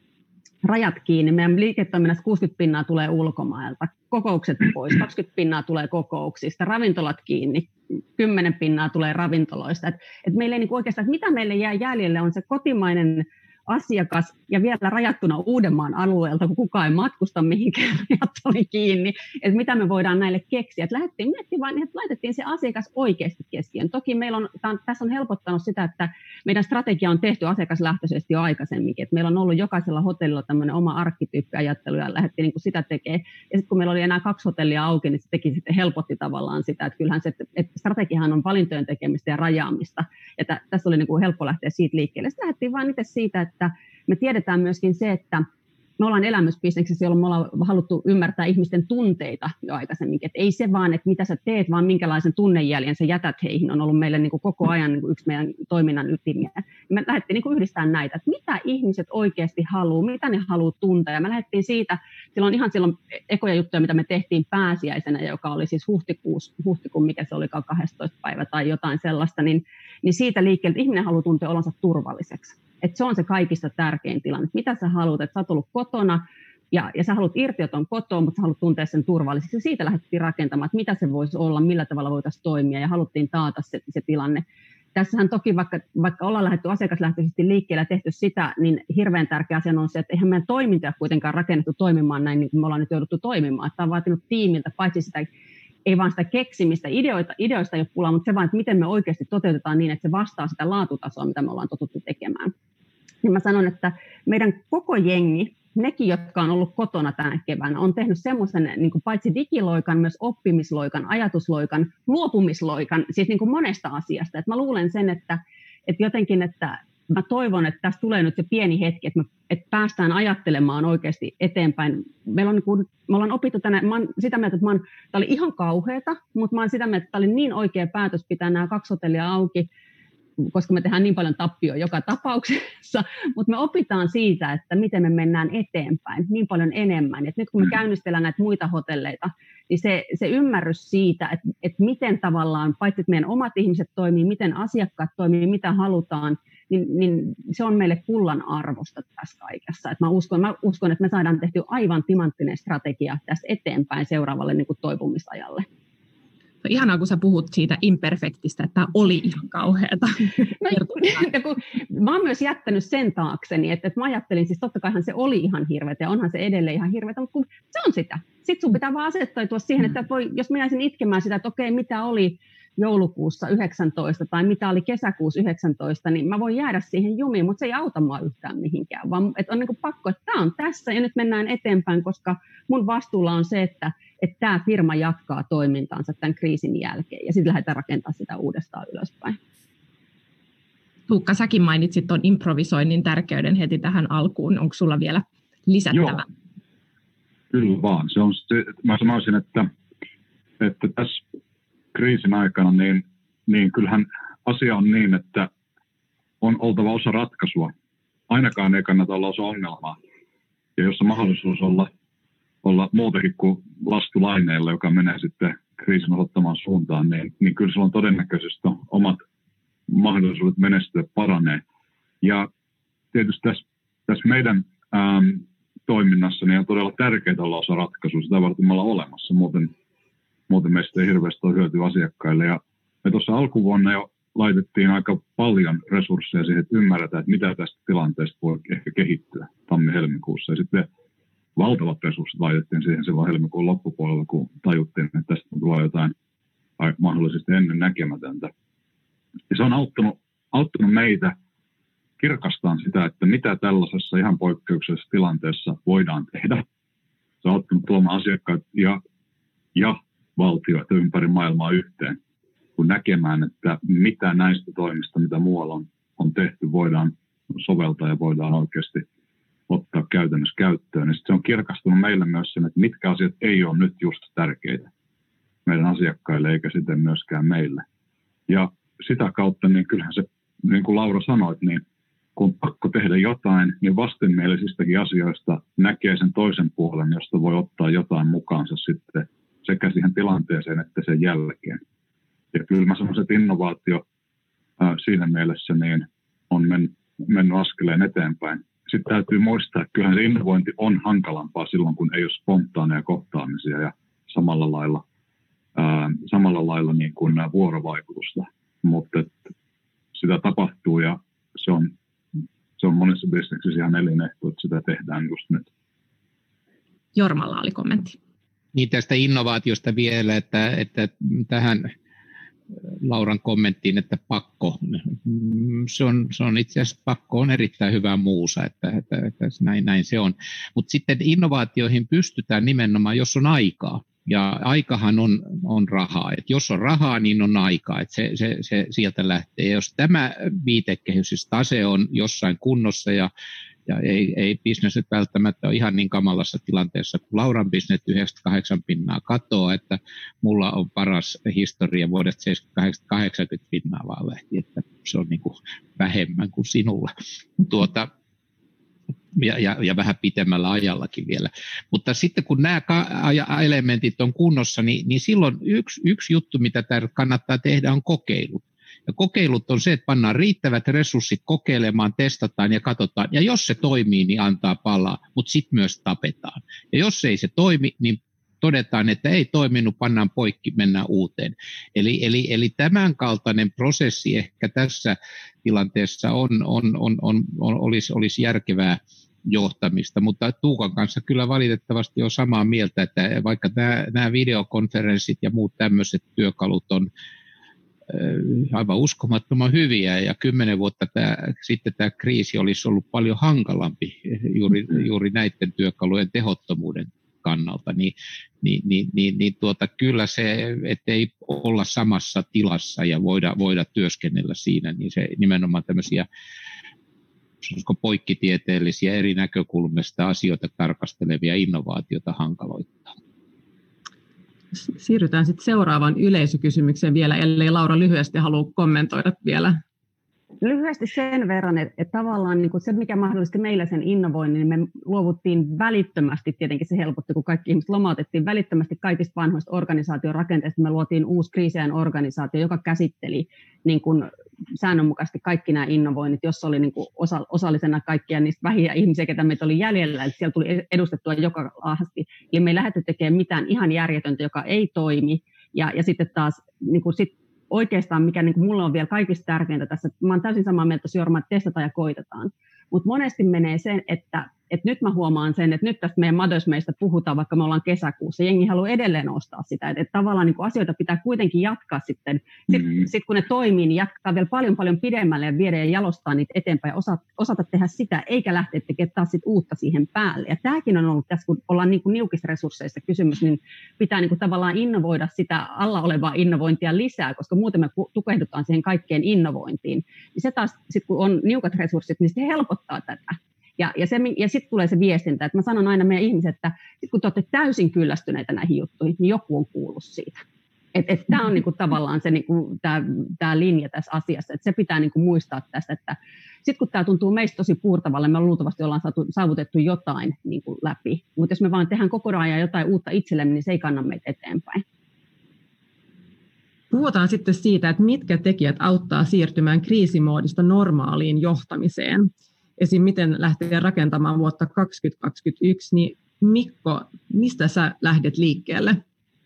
F: rajat kiinni. Meidän liiketoiminnassa kuusikymmentä pinnaa tulee ulkomailta, kokoukset pois, kaksikymmentä pinnaa tulee kokouksista, ravintolat kiinni, kymmenen pinnaa tulee ravintoloista. Et, et meille ei niin kuin oikeastaan, että mitä meille jää jäljelle on se kotimainen asiakas ja vielä rajattuna Uudenmaan alueelta, kun kukaan ei matkusta mihinkään, rajat oli kiinni, että mitä me voidaan näille keksiä. Että lähdettiin miettimään, että laitettiin se asiakas oikeasti keskiöön. Toki meillä on, tämän, tässä on helpottanut sitä, että meidän strategia on tehty asiakaslähtöisesti jo aikaisemminkin. Että meillä on ollut jokaisella hotellilla tämmöinen oma arkkityyppiajattelu ja lähdettiin niin kuin sitä tekemään. Ja sitten kun meillä oli enää kaksi hotellia auki, niin se teki sitten helpotti tavallaan sitä, että kyllähän se, että strategiahan on valintojen tekemistä ja rajaamista. Että tässä oli niin kuin helppo lähteä siitä liikkeelle. Sitten lähdettiin vain itse siitä, että me tiedetään myöskin se, että me ollaan elämysbisneksessä, jolloin me ollaan haluttu ymmärtää ihmisten tunteita jo aikaisemminkin. Että ei se vaan, että mitä sä teet, vaan minkälaisen tunnejäljen sä jätät heihin, on ollut meille niin kuin koko ajan niin kuin yksi meidän toiminnan ytimiä. Me lähdettiin niin kuin yhdistämään näitä, että mitä ihmiset oikeasti haluaa, mitä ne haluaa tuntea. Ja me lähdettiin siitä, silloin ihan silloin ekoja juttuja, mitä me tehtiin pääsiäisenä, joka oli siis huhtikuussa, huhtikuun, mikä se olikaan kahdestoista päivä tai jotain sellaista, niin, niin siitä liikkeelle, että ihminen haluaa tuntea olonsa turvalliseksi. Että se on se kaikista tärkein tilanne. Mitä sä haluat, että sä oot ollut kotona ja, ja sä haluat irtioton kotoa, mutta sä haluat tuntea sen turvalliseksi. Ja siitä lähdettiin rakentamaan, että mitä se voisi olla, millä tavalla voitaisiin toimia ja haluttiin taata se, se tilanne. Tässähän toki, vaikka, vaikka ollaan lähdetty asiakaslähtöisesti liikkeelle ja tehty sitä, niin hirveän tärkeä asia on se, että eihän meidän toiminta kuitenkaan rakennettu toimimaan näin, niin kuin me ollaan nyt jouduttu toimimaan. Tämä on vaatinut tiimiltä paitsi sitä, ei vaan sitä keksimistä, ideoita, ideoista ei ole pulaa, mutta se vaan, että miten me oikeasti toteutetaan niin, että se vastaa sitä laatutasoa, mitä me ollaan totuttu tekemään. Ja mä sanon, että meidän koko jengi, nekin, jotka on ollut kotona tänä keväänä, on tehnyt semmoisen niin kuin paitsi digiloikan, myös oppimisloikan, ajatusloikan, luopumisloikan, siis niin kuin monesta asiasta. Et mä luulen sen, että, että jotenkin, että mä toivon, että tässä tulee nyt se pieni hetki, että me että päästään ajattelemaan oikeasti eteenpäin. Meillä on, niin kuin, me ollaan opittu tänne, mä oon sitä mieltä, että mä oon, tämä oli ihan kauheata, mutta mä oon sitä mieltä, että tämä oli niin oikea päätös pitää nämä kaksi hotellia auki, koska me tehdään niin paljon tappioa joka tapauksessa, mutta me opitaan siitä, että miten me mennään eteenpäin niin paljon enemmän. Et nyt kun me käynnistellään näitä muita hotelleita, niin se, se ymmärrys siitä, että, että miten tavallaan, paitsi että meidän omat ihmiset toimii, miten asiakkaat toimii, mitä halutaan, niin, niin se on meille kullan arvosta tässä kaikessa. Et mä, uskon, mä uskon, että me saadaan tehty aivan timanttinen strategia tästä eteenpäin seuraavalle niin kuin toipumisajalle.
D: Ihanaa, kun sä puhut siitä imperfektistä, että tämä oli ihan kauheata.
F: No, mä oon myös jättänyt sen taakseni, että, että mä ajattelin, siis totta kaihan se oli ihan hirveätä ja onhan se edelleen ihan hirveätä, mutta kun se on sitä. Sitten sun pitää vaan asettautua siihen, että voi, jos minä jäisin itkemään sitä, että okei, mitä oli joulukuussa yhdeksäntoista tai mitä oli kesäkuussa yhdeksäntoista, niin mä voin jäädä siihen jumiin, mutta se ei auta mua yhtään mihinkään, vaan että on niin kuin pakko, että tämä on tässä ja nyt mennään eteenpäin, koska mun vastuulla on se, että että tämä firma jatkaa toimintaansa tämän kriisin jälkeen ja sitten lähdetään rakentamaan sitä uudestaan ylöspäin.
D: Tuukka, säkin mainitsit tuon improvisoinnin tärkeyden heti tähän alkuun. Onko sulla vielä lisättävää?
G: Joo, kyllä vaan. Se on, se, mä sanoisin, että, että tässä kriisin aikana niin, niin kyllähän asia on niin, että on oltava osa ratkaisua. Ainakaan ei kannata olla osa ongelmaa. Ja jos on mahdollisuus olla olla muutakin kuin lastulaineilla, joka menee sitten kriisin osoittamaan suuntaan, niin, niin kyllä silloin todennäköisesti omat mahdollisuudet menestyä paranee. Ja tietysti tässä, tässä meidän ähm, toiminnassa niin on todella tärkeää olla osa ratkaisua, sitä varten me ollaan olemassa, muuten, muuten meistä ei hirveästi ole hyötyä asiakkaille. Ja me tuossa alkuvuonna jo laitettiin aika paljon resursseja siihen, että ymmärretään, että mitä tästä tilanteesta voi ehkä kehittyä tammi-helmikuussa. Ja sitten valtavat resurssit laitettiin siihen silloin helmikuun loppupuolella, kun tajuttiin, että tästä tulee jotain mahdollisesti ennen näkemätöntä. Ja se on auttanut, auttanut meitä kirkastamaan sitä, että mitä tällaisessa ihan poikkeuksellisessa tilanteessa voidaan tehdä. Se on auttanut tuomaan asiakkaat ja, ja valtioita ympäri maailmaa yhteen. kuin näkemään, että mitä näistä toimista, mitä muualla on, on tehty, voidaan soveltaa ja voidaan oikeasti ottaa käytännössä käyttöön. Ja se on kirkastunut meille myös sen, että mitkä asiat ei ole nyt just tärkeitä meidän asiakkaille eikä sitten myöskään meille. Ja sitä kautta, niin kyllähän se, niin kuin Laura sanoi, niin kun on pakko tehdä jotain, niin vastenmielisistäkin asioista näkee sen toisen puolen, josta voi ottaa jotain mukaansa sitten sekä siihen tilanteeseen että sen jälkeen. Ja kyllä mä sanoisin, että innovaatio ää, siinä mielessä niin on men, mennyt askeleen eteenpäin. Sitten täytyy muistaa, että kyllähän se innovointi on hankalampaa silloin, kun ei ole spontaaneja kohtaamisia ja samalla lailla, ää, samalla lailla niin kuin vuorovaikutusta. Mutta sitä tapahtuu ja se on, se on monessa bisneksissä ihan elinehto, että sitä tehdään just nyt.
D: Jormalla oli kommentti.
E: Niin tästä innovaatiosta vielä, että, että tähän Lauran kommenttiin, että pakko, se on, se on itse asiassa pakko on erittäin hyvä muusa, että, että, että näin, näin se on. Mutta sitten innovaatioihin pystytään nimenomaan, jos on aikaa. Ja aikahan on, on rahaa. Et jos on rahaa, niin on aikaa. Et se, se, se sieltä lähtee. Ja jos tämä viitekehys, siis tase on jossain kunnossa ja, ja ei, ei bisnes nyt välttämättä ole ihan niin kamalassa tilanteessa kuin Lauran bisnes yhdeksänkymmentäkahdeksan pinnaa katoa, että mulla on paras historia vuodesta seitsemänkymmentäkahdeksan kahdeksankymmentä pinnaa vaan lähti, että se on niin kuin vähemmän kuin sinulla. Tuota, Ja, ja, ja vähän pitemmällä ajallakin vielä. Mutta sitten kun nämä elementit on kunnossa, niin, niin silloin yksi, yksi juttu, mitä täällä kannattaa tehdä, on kokeilut. Ja kokeilut on se, että pannaan riittävät resurssit kokeilemaan, testataan ja katsotaan. Ja jos se toimii, niin antaa palaa, mutta sitten myös tapetaan. Ja jos ei se toimi, niin todetaan, että ei toiminut, pannaan poikki, mennään uuteen. Eli, eli, eli tämän kaltainen prosessi ehkä tässä tilanteessa on, on, on, on, on, olisi, olisi järkevää johtamista, mutta Tuukan kanssa kyllä valitettavasti on samaa mieltä, että vaikka nämä, nämä videokonferenssit ja muut tämmöiset työkalut on aivan uskomattoman hyviä ja kymmenen vuotta tämä, sitten tämä kriisi olisi ollut paljon hankalampi juuri, juuri näiden työkalujen tehottomuuden kannalta, niin, niin, niin, niin, niin tuota, kyllä se, ettei olla samassa tilassa ja voida, voida työskennellä siinä, niin se nimenomaan tämmöisiä poikkitieteellisiä eri näkökulmista asioita tarkastelevia innovaatioita hankaloittaa.
C: Siirrytään sitten seuraavaan yleisökysymykseen vielä, ellei Laura lyhyesti halua kommentoida vielä.
F: Lyhyesti sen verran, että, että tavallaan niin kuin se, mikä mahdollisti meillä sen innovoinnin, niin me luovuttiin välittömästi, tietenkin se helpotti, kun kaikki ihmiset lomautettiin välittömästi kaikista vanhoista organisaation rakenteista. Me luotiin uusi kriisiajan organisaatio, joka käsitteli niin kuin säännönmukaisesti kaikki nämä innovoinnit, jossa oli niin kuin osa, osallisena kaikkia niistä vähiä ihmisiä, ketä meitä oli jäljellä, että siellä tuli edustettua joka laahasti. Eli me ei lähdetty tekemään mitään ihan järjetöntä, joka ei toimi, ja, ja sitten taas niin kuin sit oikeastaan, mikä niin kuin mulle on vielä kaikista tärkeintä tässä, mä oon täysin samaa mieltä, Jorma, että testataan ja koitetaan. Mutta monesti menee sen, että, että nyt mä huomaan sen, että nyt tästä meidän Mothers Daysta puhutaan, vaikka me ollaan kesäkuussa. Jengi haluaa edelleen ostaa sitä. Että, että tavallaan niin kuin asioita pitää kuitenkin jatkaa sitten. Sitten mm-hmm. sit kun ne toimii, niin jatkaa vielä paljon paljon pidemmälle ja viedä ja jalostaa niitä eteenpäin ja osata, osata tehdä sitä, eikä lähteä tekemään taas sit uutta siihen päälle. Ja tämäkin on ollut tässä, kun ollaan niin kuin niukista resursseista kysymys, niin pitää niin kuin tavallaan innovoida sitä alla olevaa innovointia lisää, koska muuten me tukehdutaan siihen kaikkeen innovointiin. Ja se taas, sit kun on niukat resurssit, niin se helpottaa tätä. Ja, ja, ja sitten tulee se viestintä, että mä sanon aina meidän ihmiset, että sit kun te olette täysin kyllästyneitä näihin juttuihin, niin joku on kuullut siitä. Että et tämä on niinku tavallaan se niinku, tämä linja tässä asiassa, että se pitää niinku muistaa tästä, että sitten kun tämä tuntuu meistä tosi puurtavalle, me luultavasti ollaan saatu, saavutettu jotain niinku läpi, mutta jos me vaan tehdään koko ajan jotain uutta itsellemme, niin se ei kanna meitä eteenpäin.
C: Puhutaan sitten siitä, että mitkä tekijät auttaa siirtymään kriisimoodista normaaliin johtamiseen. Esim. Miten lähtee rakentamaan vuotta kaksituhattakaksikymmentäyksi, niin Mikko, mistä sä lähdet liikkeelle?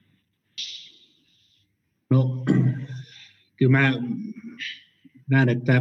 H: No, kyllä mä näen, että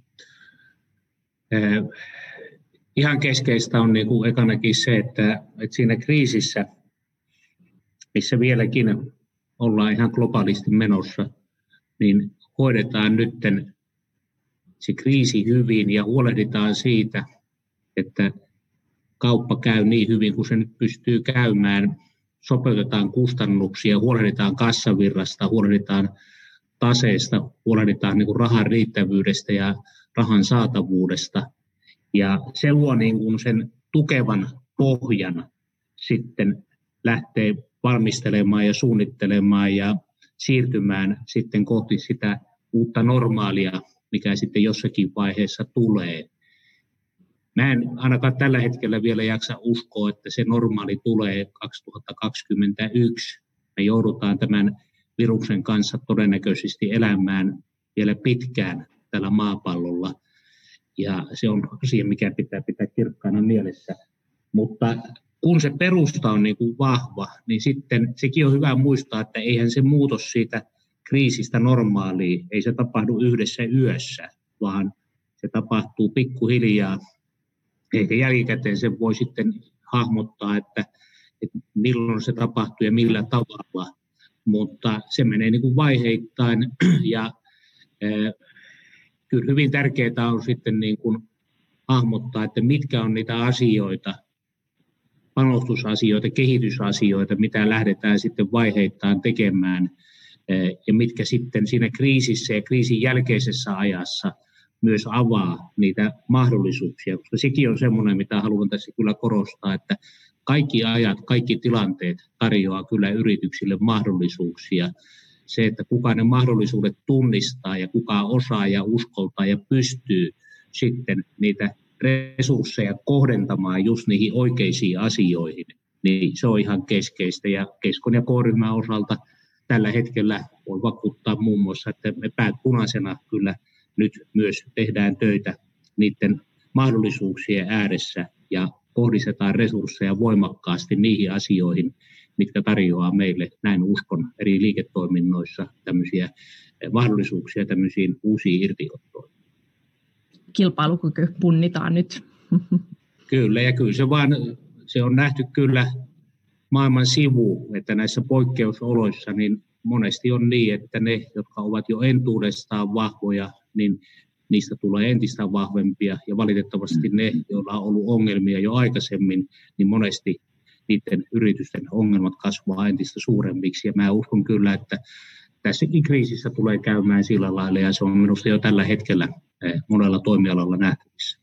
H: eh, ihan keskeistä on niin kuin ekanakin se, että, että siinä kriisissä, missä vieläkin ollaan ihan globaalisti menossa, niin hoidetaan nytten se kriisi hyvin ja huolehditaan siitä, että kauppa käy niin hyvin kuin se nyt pystyy käymään. Sopeutetaan kustannuksia, huolehditaan kassavirrasta, huolehditaan taseesta, huolehditaan niin kuin rahan riittävyydestä ja rahan saatavuudesta. Ja se luo niin kuin sen tukevan pohjan sitten lähteä valmistelemaan ja suunnittelemaan ja siirtymään sitten kohti sitä uutta normaalia, mikä sitten jossakin vaiheessa tulee. Mä en ainakaan tällä hetkellä vielä jaksa uskoa, että se normaali tulee kaksituhattakaksikymmentäyksi. Me joudutaan tämän viruksen kanssa todennäköisesti elämään vielä pitkään tällä maapallolla. Ja se on asia, mikä pitää pitää kirkkaana mielessä. Mutta kun se perusta on niin kuin vahva, niin sitten sekin on hyvä muistaa, että eihän se muutos siitä kriisistä normaaliin, ei se tapahdu yhdessä yössä, vaan se tapahtuu pikkuhiljaa. Eikä jälkikäteen se voi sitten hahmottaa, että, että milloin se tapahtuu ja millä tavalla, mutta se menee niin kuin vaiheittain ja äh, kyllä hyvin tärkeää on sitten niin kuin hahmottaa, että mitkä on niitä asioita, panostusasioita, kehitysasioita, mitä lähdetään sitten vaiheittain tekemään ja mitkä sitten siinä kriisissä ja kriisin jälkeisessä ajassa myös avaa niitä mahdollisuuksia, koska sekin on semmoinen, mitä haluan tässä kyllä korostaa, että kaikki ajat, kaikki tilanteet tarjoaa kyllä yrityksille mahdollisuuksia. Se, että kuka ne mahdollisuudet tunnistaa ja kuka osaa ja uskoltaa ja pystyy sitten niitä resursseja kohdentamaan just niihin oikeisiin asioihin, niin se on ihan keskeistä. Ja Keskon ja K-ryhmän osalta tällä hetkellä voi vakuuttaa muun muassa, että me päät punaisena kyllä nyt myös tehdään töitä niiden mahdollisuuksien ääressä ja kohdistetaan resursseja voimakkaasti niihin asioihin, mitkä tarjoaa meille, näin uskon, eri liiketoiminnoissa tämmöisiä mahdollisuuksia tämmöisiin uusiin irtiottoihin.
D: Kilpailukyky punnitaan nyt.
H: Kyllä, ja kyllä se vaan, se on nähty kyllä maailman sivu, että näissä poikkeusoloissa niin monesti on niin, että ne, jotka ovat jo entuudestaan vahvoja, niin niistä tulee entistä vahvempia, ja valitettavasti ne, joilla on ollut ongelmia jo aikaisemmin, niin monesti niiden yritysten ongelmat kasvaa entistä suuremmiksi, ja mä uskon kyllä, että tässäkin kriisissä tulee käymään sillä lailla, ja se on minusta jo tällä hetkellä monella toimialalla nähtävissä.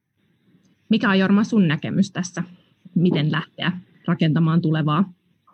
D: Mikä on, Jorma, sun näkemys tässä? Miten lähteä rakentamaan tulevaa?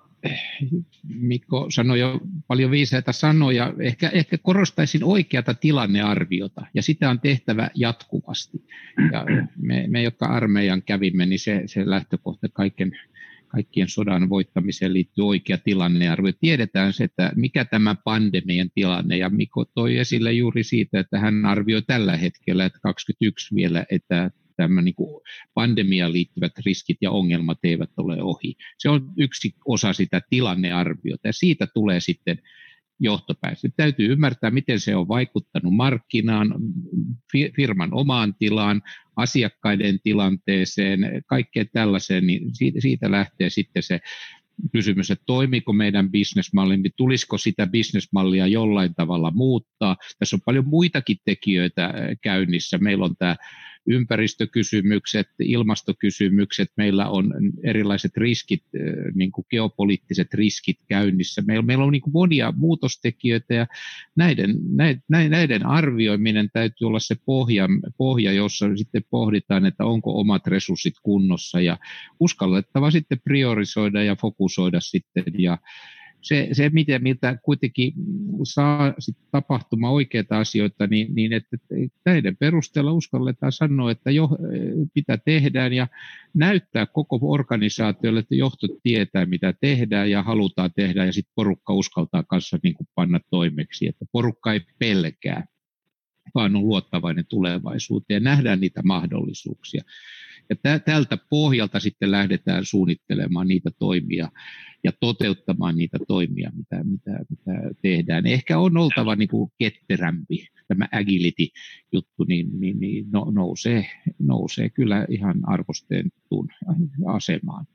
E: Mikko sanoi jo paljon viisaita sanoja. Ehkä, ehkä korostaisin oikeata tilannearviota, ja sitä on tehtävä jatkuvasti. Ja me, me jotka armeijan kävimme, niin se, se lähtökohta kaiken, kaikkien sodan voittamiseen liittyy oikea tilannearvio. Tiedetään se, että mikä tämä pandemian tilanne, ja Mikko toi esille juuri siitä, että hän arvioi tällä hetkellä, että kaksikymmentäyksi vielä, että tämä niin kuin pandemiaan liittyvät riskit ja ongelmat eivät ole ohi. Se on yksi osa sitä tilannearviota, ja siitä tulee sitten johtopäätös. Täytyy ymmärtää, miten se on vaikuttanut markkinaan, firman omaan tilaan, asiakkaiden tilanteeseen, kaikkeen tällaiseen, niin siitä, siitä lähtee sitten se kysymys, että toimiiko meidän bisnesmalli, niin tulisiko sitä bisnesmallia jollain tavalla muuttaa. Tässä on paljon muitakin tekijöitä käynnissä. Meillä on tämä ympäristökysymykset, ilmastokysymykset, meillä on erilaiset riskit, niin kuin geopoliittiset riskit käynnissä. Meillä, meillä on niin kuin monia muutostekijöitä, ja näiden, näiden, näiden arvioiminen täytyy olla se pohja, pohja, jossa sitten pohditaan, että onko omat resurssit kunnossa, ja uskallettava sitten priorisoida ja fokusoida sitten, ja Se, se miten, mitä kuitenkin saa tapahtumaan oikeita asioita, niin, niin että näiden perusteella uskalletaan sanoa, että jo, mitä tehdään, ja näyttää koko organisaatiolle, että johto tietää, mitä tehdään ja halutaan tehdä, ja sitten porukka uskaltaa kanssa niin kuin panna toimeksi, että porukka ei pelkää, vaan on luottavainen tulevaisuuteen, ja nähdään niitä mahdollisuuksia. Ja tältä pohjalta sitten lähdetään suunnittelemaan niitä toimia ja toteuttamaan niitä toimia, mitä, mitä, mitä tehdään. Ehkä on oltava niin kuin ketterämpi, tämä agility-juttu, niin, niin, niin nousee, nousee kyllä ihan arvostettuun asemaan.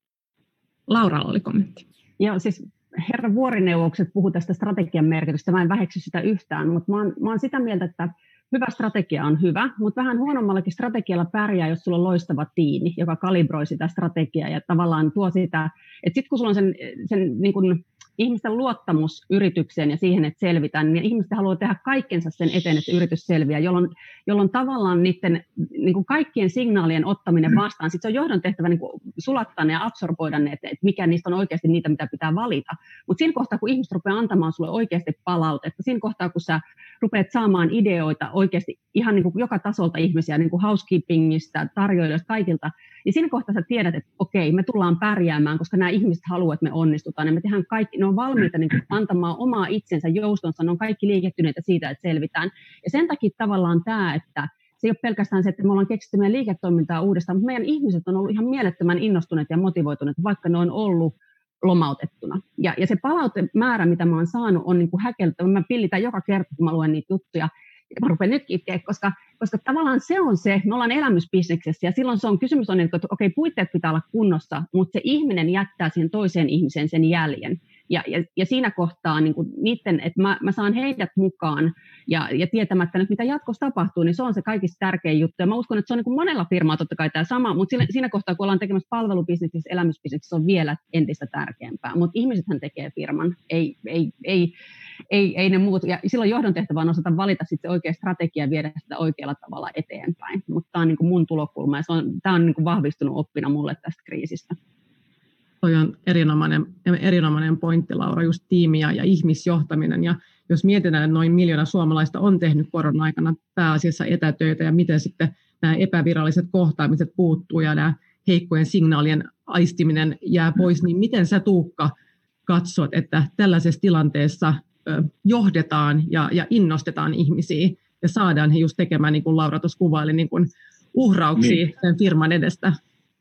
D: Lauralla oli kommentti.
F: Joo, siis herra Vuorineuvokset puhui tästä strategian merkitystä. Mä en väheksy sitä yhtään, mutta mä oon, mä oon sitä mieltä, että hyvä strategia on hyvä, mutta vähän huonommallakin strategialla pärjää, jos sulla on loistava tiimi, joka kalibroi sitä strategiaa ja tavallaan tuo sitä, että sitten kun sulla on sen, sen niin kuin ihmisten luottamus yritykseen ja siihen, että selvitään, niin ihmiset haluaa tehdä kaikkensa sen eteen, että yritys selviää, jolloin, jolloin tavallaan niiden niin kuin kaikkien signaalien ottaminen vastaan, sitten se on johdon tehtävä niin kuin sulattaa ne ja absorboida ne, että mikä niistä on oikeasti niitä, mitä pitää valita. Mutta siinä kohtaa, kun ihmiset rupeaa antamaan sulle oikeasti palautetta, siinä kohtaa, kun sä rupeat saamaan ideoita oikeasti ihan niin kuin joka tasolta ihmisiä, niin kuin housekeepingistä, tarjoilijoista, kaikilta, niin siinä kohtaa sä tiedät, että okei, me tullaan pärjäämään, koska nämä ihmiset haluavat, että me onnistutaan, ja me tehdään kaikki, ne on valmiita niin kuin antamaan omaa itsensä joustonsa, ne on kaikki liikettyneitä siitä, että selvitään. Ja sen takia tavallaan tämä, että se ei ole pelkästään se, että me ollaan keksitty meidän liiketoimintaa uudestaan, mutta meidän ihmiset on ollut ihan mielettömän innostuneet ja motivoituneet, vaikka ne on ollut lomautettuna. Ja, ja se palautemäärä, mitä mä oon saanut, on niin kuin häkeltävä. Mä pillitän joka kerta, kun mä luen niitä juttuja. Ja mä rupean nytkin itkeä, koska, koska tavallaan se on se, me ollaan elämysbisneksessä, ja silloin se on, kysymys on, että okei, puitteet pitää olla kunnossa, mutta se ihminen jättää siihen toiseen ihmiseen sen jäljen. Ja, ja, ja siinä kohtaa niin kuin niiden, että mä, mä saan heidät mukaan ja, ja tietämättä nyt, mitä jatkossa tapahtuu, niin se on se kaikista tärkein juttu. Ja mä uskon, että se on niin kuin monella firmaa totta kai tämä sama, mutta siinä, siinä kohtaa, kun ollaan tekemässä palvelubisneksessä, elämysbisneksessä, se on vielä entistä tärkeämpää. Mutta ihmisethän tekee firman, ei, ei, ei, ei, ei ne muut. Ja silloin johdon tehtävä on osata valita sitten se oikea strategia ja viedä sitä oikealla tavalla eteenpäin. Mutta tämä on niin kuin mun tulokulma, ja se on, tämä on niin kuin vahvistunut oppina mulle tästä kriisistä.
C: Toi on erinomainen, erinomainen pointti, Laura, just tiimi ja, ja ihmisjohtaminen. Ja jos mietitään, että noin miljoona suomalaista on tehnyt korona-aikana pääasiassa etätöitä, ja miten sitten nämä epäviralliset kohtaamiset puuttuu ja nämä heikkojen signaalien aistiminen jää pois, niin miten sä, Tuukka, katsot, että tällaisessa tilanteessa johdetaan ja, ja innostetaan ihmisiä ja saadaan he just tekemään, niin kuin Laura tuossa kuvaili, niin kuin uhrauksia niin sen firman edestä?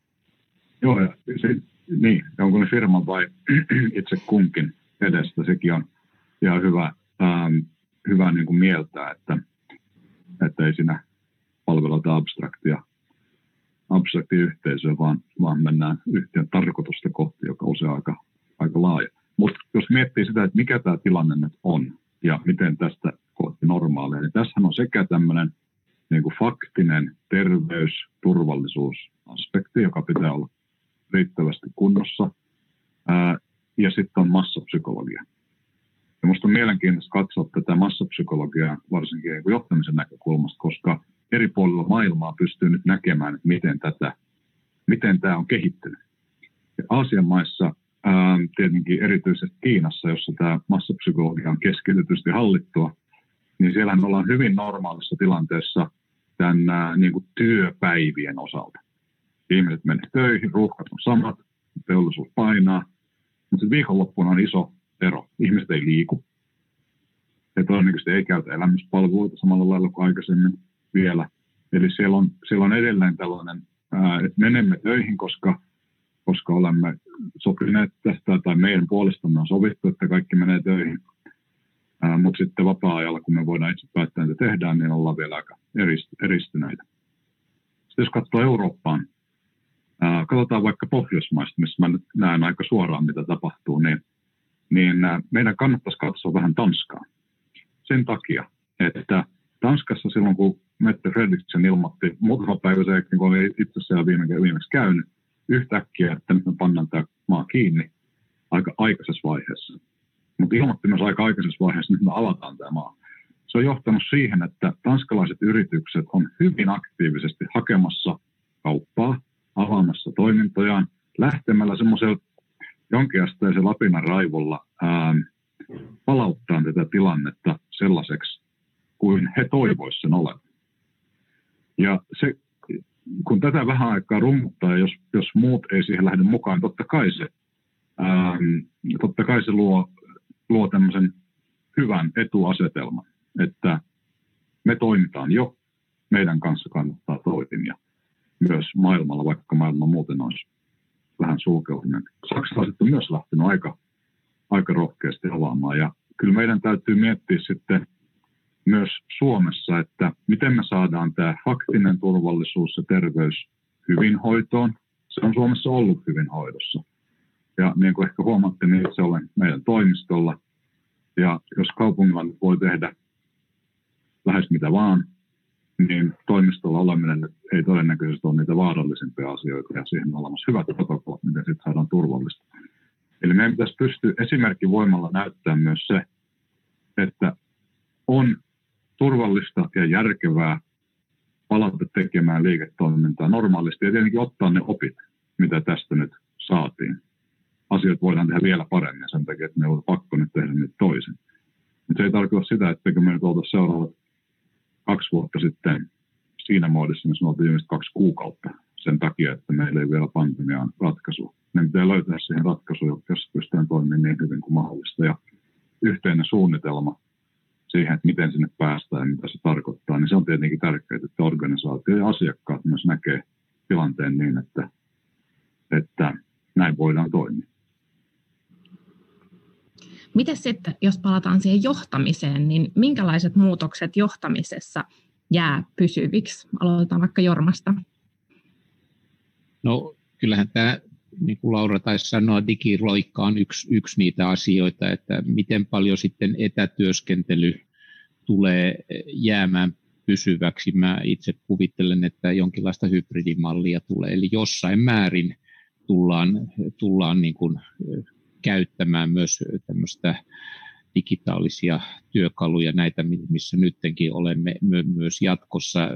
G: Joo, ja se, niin, onko ne firman vai itse kunkin edestä, sekin on ihan hyvä, ähm, hyvä niin kuin mieltää, että, että ei siinä palvelota abstraktia, abstraktia yhteisöä, vaan, vaan mennään yhtiön tarkoitusta kohti, joka on usein aika, aika laaja. Mutta jos miettii sitä, että mikä tämä tilanne nyt on ja miten tästä kohti normaalia, niin tässähän on sekä tämmöinen niin kuin faktinen terveys, turvallisuusaspekti, joka pitää olla riittävästi kunnossa, ää, ja sitten on massapsykologia. Ja minusta on mielenkiintoista katsoa tätä massapsykologiaa varsinkin johtamisen näkökulmasta, koska eri puolilla maailmaa pystyy nyt näkemään, että miten, tätä, miten tämä on kehittynyt. Ja Aasian maissa, ää, tietenkin erityisesti Kiinassa, jossa tämä massapsykologia on keskitytysti hallittua, niin siellähän ollaan hyvin normaalissa tilanteessa tämän ää, niin kuin työpäivien osalta. Ihmiset menee töihin, ruuhkat on samat, teollisuus painaa, mutta sitten viikonloppuna on iso ero. Ihmiset ei liiku. He todennäköisesti ei käytä elämyspalveluita samalla lailla kuin aikaisemmin vielä. Eli siellä on, siellä on edelleen tällainen, ää, että menemme töihin, koska, koska olemme sopineet tästä, tai meidän puolestamme on sovittu, että kaikki menee töihin. Ää, mutta sitten vapaa-ajalla, kun me voidaan itse päättää, että tehdään, niin ollaan vielä aika eristyneitä. Sitten jos katsoo Eurooppaan, ää, katsotaan vaikka Pohjoismaista, missä mä nyt näen aika suoraan, mitä tapahtuu, niin, niin ää, meidän kannattaisi katsoa vähän Tanskaa. Sen takia, että Tanskassa silloin, kun Mette Frederiksen ilmoitti muutama päivä sen jälkeen, kun oli itse siellä viime, viimeksi käynyt, yhtäkkiä, että nyt me pannaan tämä maa kiinni aika aikaisessa vaiheessa. Mutta ilmoitti myös aika aikaisessa vaiheessa, että nyt me avataan tämä maa. Se on johtanut siihen, että tanskalaiset yritykset on hyvin aktiivisesti hakemassa kauppaa, avaamassa toimintojaan, lähtemällä semmoisella jonkinasteisen lapinan raivolla ää, palauttaa tätä tilannetta sellaiseksi, kuin he toivoisivat sen olevan. Ja se, kun tätä vähän aikaa rummuttaa, jos, jos muut ei siihen lähde mukaan, totta kai se, ää, totta kai se luo, luo tämmöisen hyvän etuasetelman, että me toimitaan jo, meidän kanssa kannattaa toimia myös maailmalla, vaikka maailma muuten olisi vähän sulkeutunut. Saksalaiset on myös lähtenyt aika, aika rohkeasti avaamaan, ja kyllä meidän täytyy miettiä sitten myös Suomessa, että miten me saadaan tämä faktinen turvallisuus ja terveys hyvin hoitoon. Se on Suomessa ollut hyvin hoidossa. Ja niin kuin ehkä huomaatte, niin itse olen meidän toimistolla. Ja jos kaupungilla nyt voi tehdä lähes mitä vaan, niin toimistolla oleminen ei todennäköisesti ole niitä vaarallisimpia asioita. Ja siihen on olemassa hyvät protokollat, miten sitten saadaan turvallista. Eli Eli meidän pitäisi pystyä esimerkkivoimalla näyttämään myös se, että on turvallista ja järkevää palata tekemään liiketoimintaa normaalisti ja tietenkin ottaa ne opit, mitä tästä nyt saatiin. Asiat voidaan tehdä vielä paremmin sen takia, että me on pakko nyt tehdä nyt toisin. Mutta se ei tarkoita sitä, että me nyt oltaisiin seuraavat kaksi vuotta sitten siinä muodossa, missä me oltiin viimeiset kaksi kuukautta sen takia, että meillä ei vielä pandemiaan ratkaisua. Me pitää löytää siihen ratkaisu, jos pystytään toimimaan niin hyvin kuin mahdollista. Ja yhteinen suunnitelma siihen, että miten sinne päästään ja mitä se tarkoittaa, niin se on tietenkin tärkeää, että organisaatio ja asiakkaat myös näkee tilanteen niin, että, että näin voidaan toimia.
D: Miten sitten, jos palataan siihen johtamiseen, niin minkälaiset muutokset johtamisessa jää pysyviksi? Aloitetaan vaikka Jormasta.
E: No kyllähän tämä, niin kuin Laura taisi sanoa, digiloikka on yksi, yksi niitä asioita, että miten paljon sitten etätyöskentely tulee jäämään pysyväksi. Mä itse kuvittelen, että jonkinlaista hybridimallia tulee, eli jossain määrin tullaan, tullaan niin kuin käyttämään myös tämmöistä digitaalisia työkaluja, näitä missä nytkin olemme myös jatkossa,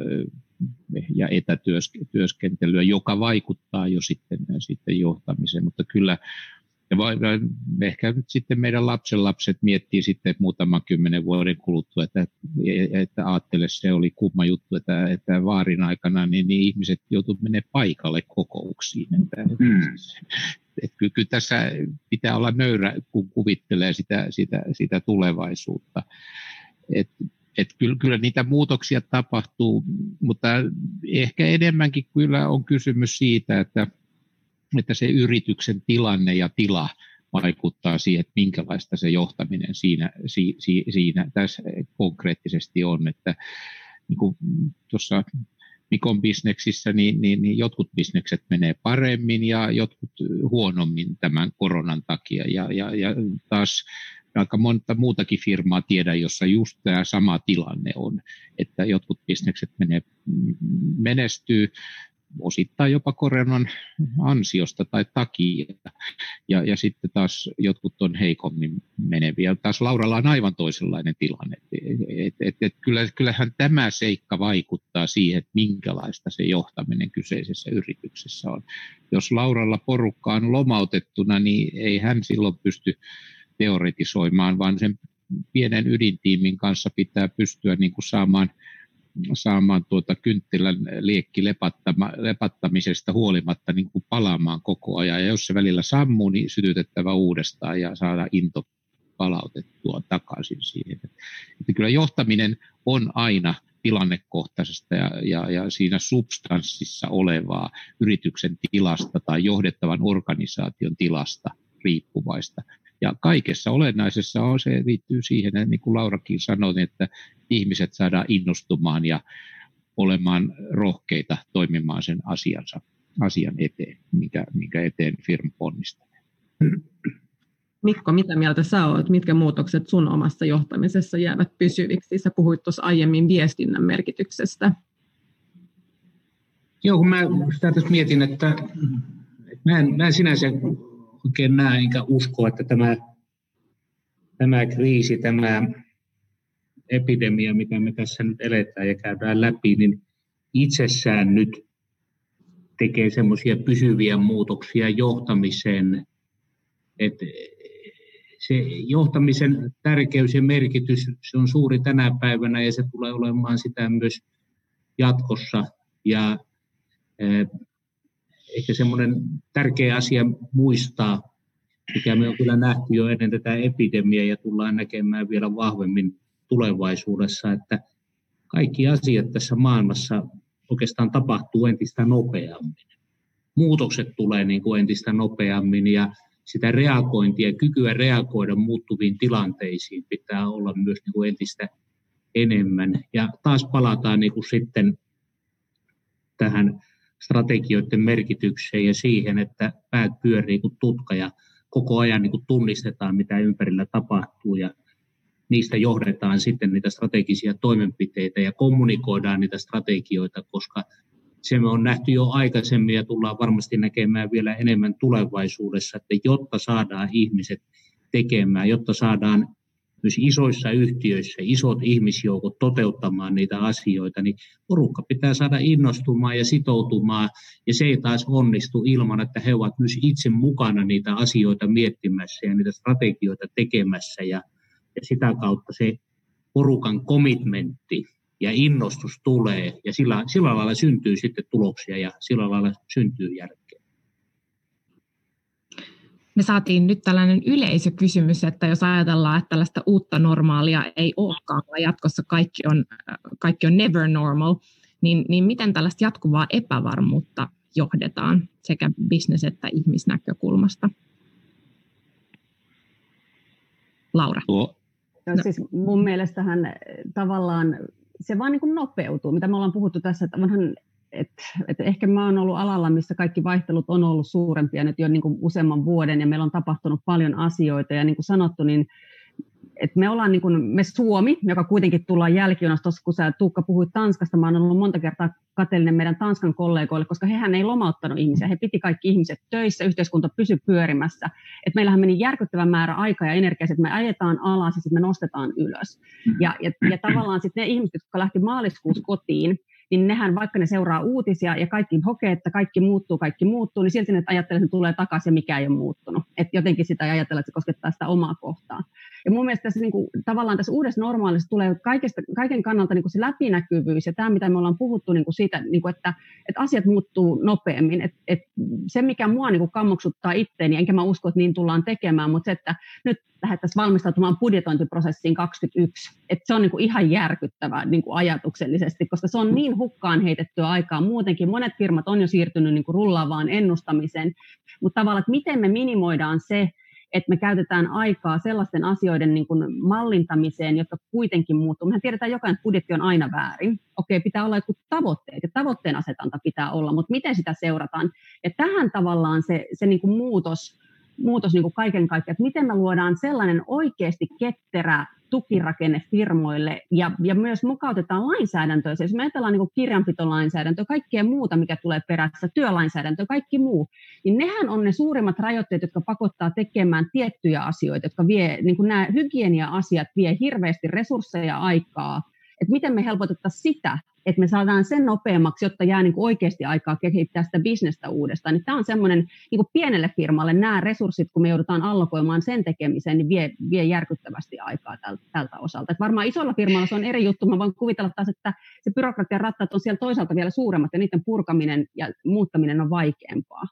E: ja etätyöskentelyä, joka vaikuttaa jo sitten, sitten johtamiseen, mutta kyllä ja vai, ehkä nyt sitten meidän lapsenlapset miettii sitten muutaman kymmenen vuoden kuluttua, että, että ajattele, se oli kumma juttu, että, että vaarin aikana niin, niin ihmiset joutuivat menemään paikalle kokouksiin. Että, mm. että kyllä, kyllä tässä pitää olla nöyrä, kun kuvittelee sitä, sitä, sitä tulevaisuutta. Et, et kyllä, kyllä niitä muutoksia tapahtuu, mutta ehkä enemmänkin kyllä on kysymys siitä, että että se yrityksen tilanne ja tila vaikuttaa siihen, että minkälaista se johtaminen siinä, si, si, siinä tässä konkreettisesti on. Että niin kuin tuossa Mikon bisneksissä, niin, niin, niin jotkut bisnekset menee paremmin ja jotkut huonommin tämän koronan takia. Ja, ja, ja taas aika monta muutakin firmaa tiedän, jossa just tämä sama tilanne on, että jotkut bisnekset menee, menestyy, osittain jopa koronan ansiosta tai takia, ja, ja sitten taas jotkut on heikommin meneviä. Taas Lauralla on aivan toisenlainen tilanne. Et, et, et, kyllä, kyllähän tämä seikka vaikuttaa siihen, että minkälaista se johtaminen kyseisessä yrityksessä on. Jos Lauralla porukka on lomautettuna, niin ei hän silloin pysty teoretisoimaan, vaan sen pienen ydintiimin kanssa pitää pystyä niin kuin saamaan saamaan tuota kynttilän liekki lepattama, lepattamisesta huolimatta niin kuin palaamaan koko ajan. Ja jos se välillä sammuu, niin sytytettävä uudestaan ja saada into palautettua takaisin siihen. Että kyllä johtaminen on aina tilannekohtaisesta ja, ja, ja siinä substanssissa olevaa yrityksen tilasta tai johdettavan organisaation tilasta riippuvaista. Ja kaikessa olennaisessa on se, liittyy siihen, että niin kuin Laurakin sanoi, että ihmiset saadaan innostumaan ja olemaan rohkeita toimimaan sen asiansa, asian eteen, minkä, minkä eteen firma ponnistelee.
C: Mikko, mitä mieltä sä oot? Mitkä muutokset sun omassa johtamisessa jäävät pysyviksi? Sä puhuit tuossa aiemmin viestinnän merkityksestä.
H: Joo, kun mä sitä tässä mietin, että mä en, mä en sinänsä oikein näe enkä usko, että tämä, tämä kriisi, tämä epidemia, mitä me tässä nyt eletään ja käydään läpi, niin itsessään nyt tekee semmoisia pysyviä muutoksia johtamiseen, että se johtamisen tärkeys ja merkitys, se on suuri tänä päivänä ja se tulee olemaan sitä myös jatkossa. Ja eh, ehkä semmoinen tärkeä asia muistaa, mikä me on kyllä nähty jo ennen tätä epidemiaa ja tullaan näkemään vielä vahvemmin tulevaisuudessa, että kaikki asiat tässä maailmassa oikeastaan tapahtuu entistä nopeammin. Muutokset tulee niin kuin entistä nopeammin ja sitä reagointia, kykyä reagoida muuttuviin tilanteisiin pitää olla myös niin kuin entistä enemmän. Ja taas palataan niin kuin sitten tähän strategioiden merkitykseen ja siihen, että päät pyörii kuin tutka ja koko ajan niin kuin tunnistetaan, mitä ympärillä tapahtuu ja niistä johdetaan sitten niitä strategisia toimenpiteitä ja kommunikoidaan niitä strategioita, koska Se me on nähty jo aikaisemmin ja tullaan varmasti näkemään vielä enemmän tulevaisuudessa, että jotta saadaan ihmiset tekemään, jotta saadaan myös isoissa yhtiöissä isot ihmisjoukot toteuttamaan niitä asioita, niin porukka pitää saada innostumaan ja sitoutumaan, ja se ei taas onnistu ilman, että he ovat myös itse mukana niitä asioita miettimässä ja niitä strategioita tekemässä, ja, ja sitä kautta se porukan commitmentti ja innostus tulee, ja sillä, sillä lailla syntyy sitten tuloksia, ja sillä lailla syntyy järkeä.
D: Me saatiin nyt tällainen yleisökysymys, että jos ajatellaan, että tällaista uutta normaalia ei olekaan, vaan jatkossa kaikki on, kaikki on never normal, niin, niin miten tällaista jatkuvaa epävarmuutta johdetaan sekä business- että ihmisnäkökulmasta? Laura.
F: No, siis mun mielestähän tavallaan se vaan niin kuin nopeutuu, mitä me ollaan puhuttu tässä, että onhan että et ehkä mä oon ollut alalla, missä kaikki vaihtelut on ollut suurempia nyt jo niin kuin useamman vuoden, ja meillä on tapahtunut paljon asioita, ja niin kuin sanottu, niin että me ollaan niin kuin, me Suomi, joka kuitenkin tullaan jälkijunassa, tuossa kun sä Tuukka puhuit Tanskasta, mä oon ollut monta kertaa kateellinen meidän Tanskan kollegoille, koska hehän ei lomauttanut ihmisiä, he piti kaikki ihmiset töissä, yhteiskunta pysyi pyörimässä, että meillähän meni järkyttävä määrä aikaa ja energiaa, että me ajetaan alas ja sitten me nostetaan ylös, ja, ja, ja tavallaan sitten ne ihmiset, jotka lähti maaliskuussa kotiin, niin nehän, vaikka ne seuraa uutisia ja kaikki hokee, että kaikki muuttuu, kaikki muuttuu, niin silti ne ajattelee, että ne tulee takaisin ja mikään ei ole muuttunut. Että jotenkin sitä ei ajatella, että se koskettaa sitä omaa kohtaa. Ja mun mielestä tässä, niin kuin, tavallaan tässä uudessa normaalissa tulee kaikesta, kaiken kannalta niin kuin se läpinäkyvyys ja tämä, mitä me ollaan puhuttu niin kuin siitä, niin kuin, että, että asiat muuttuu nopeammin. Et, et se, mikä mua niin kuin kammoksuttaa itteeni, enkä mä usko, että niin tullaan tekemään, mutta se, että nyt lähdettäisiin valmistautumaan budjetointiprosessiin kaksikymmentäyksi. Että se on niin kuin ihan järkyttävää niin kuin ajatuksellisesti, koska se on niin hukkaan heitettyä aikaa. Muutenkin monet firmat on jo siirtynyt niin kuin rullaavaan ennustamiseen, mutta tavallaan, että miten me minimoidaan se, että me käytetään aikaa sellaisten asioiden niin kuin mallintamiseen, jotka kuitenkin muuttuu. Mehän tiedetään, että jokainen budjetti on aina väärin. Okei, pitää olla jotkut tavoitteet ja tavoitteen asetanta pitää olla, mutta miten sitä seurataan? Ja tähän tavallaan se, se niin kuin muutos, muutos niin kuin kaiken kaikkiaan, että miten me luodaan sellainen oikeasti ketterä tukirakenne firmoille ja, ja myös mukautetaan lainsäädäntöä. Jos me ajatellaan niin kuin kirjanpitolainsäädäntöä, kaikkea muuta, mikä tulee perässä, työlainsäädäntöä, kaikki muu, niin nehän on ne suurimmat rajoitteet, jotka pakottaa tekemään tiettyjä asioita, jotka vie, niin kuin nämä hygienia-asiat vie hirveästi resursseja ja aikaa. Että miten me helpotettaisiin sitä, että me saadaan sen nopeammaksi, jotta jää niin kuin oikeasti aikaa kehittää sitä bisnestä uudestaan. Niin tämä on semmoinen niin kuin pienelle firmalle nämä resurssit, kun me joudutaan allokoimaan sen tekemiseen, niin vie, vie järkyttävästi aikaa tältä, tältä osalta. Et varmaan isolla firmalla se on eri juttu. Mä voin kuvitella taas, että se byrokratian rattaat on siellä toisaalta vielä suuremmat ja niiden purkaminen ja muuttaminen on vaikeampaa.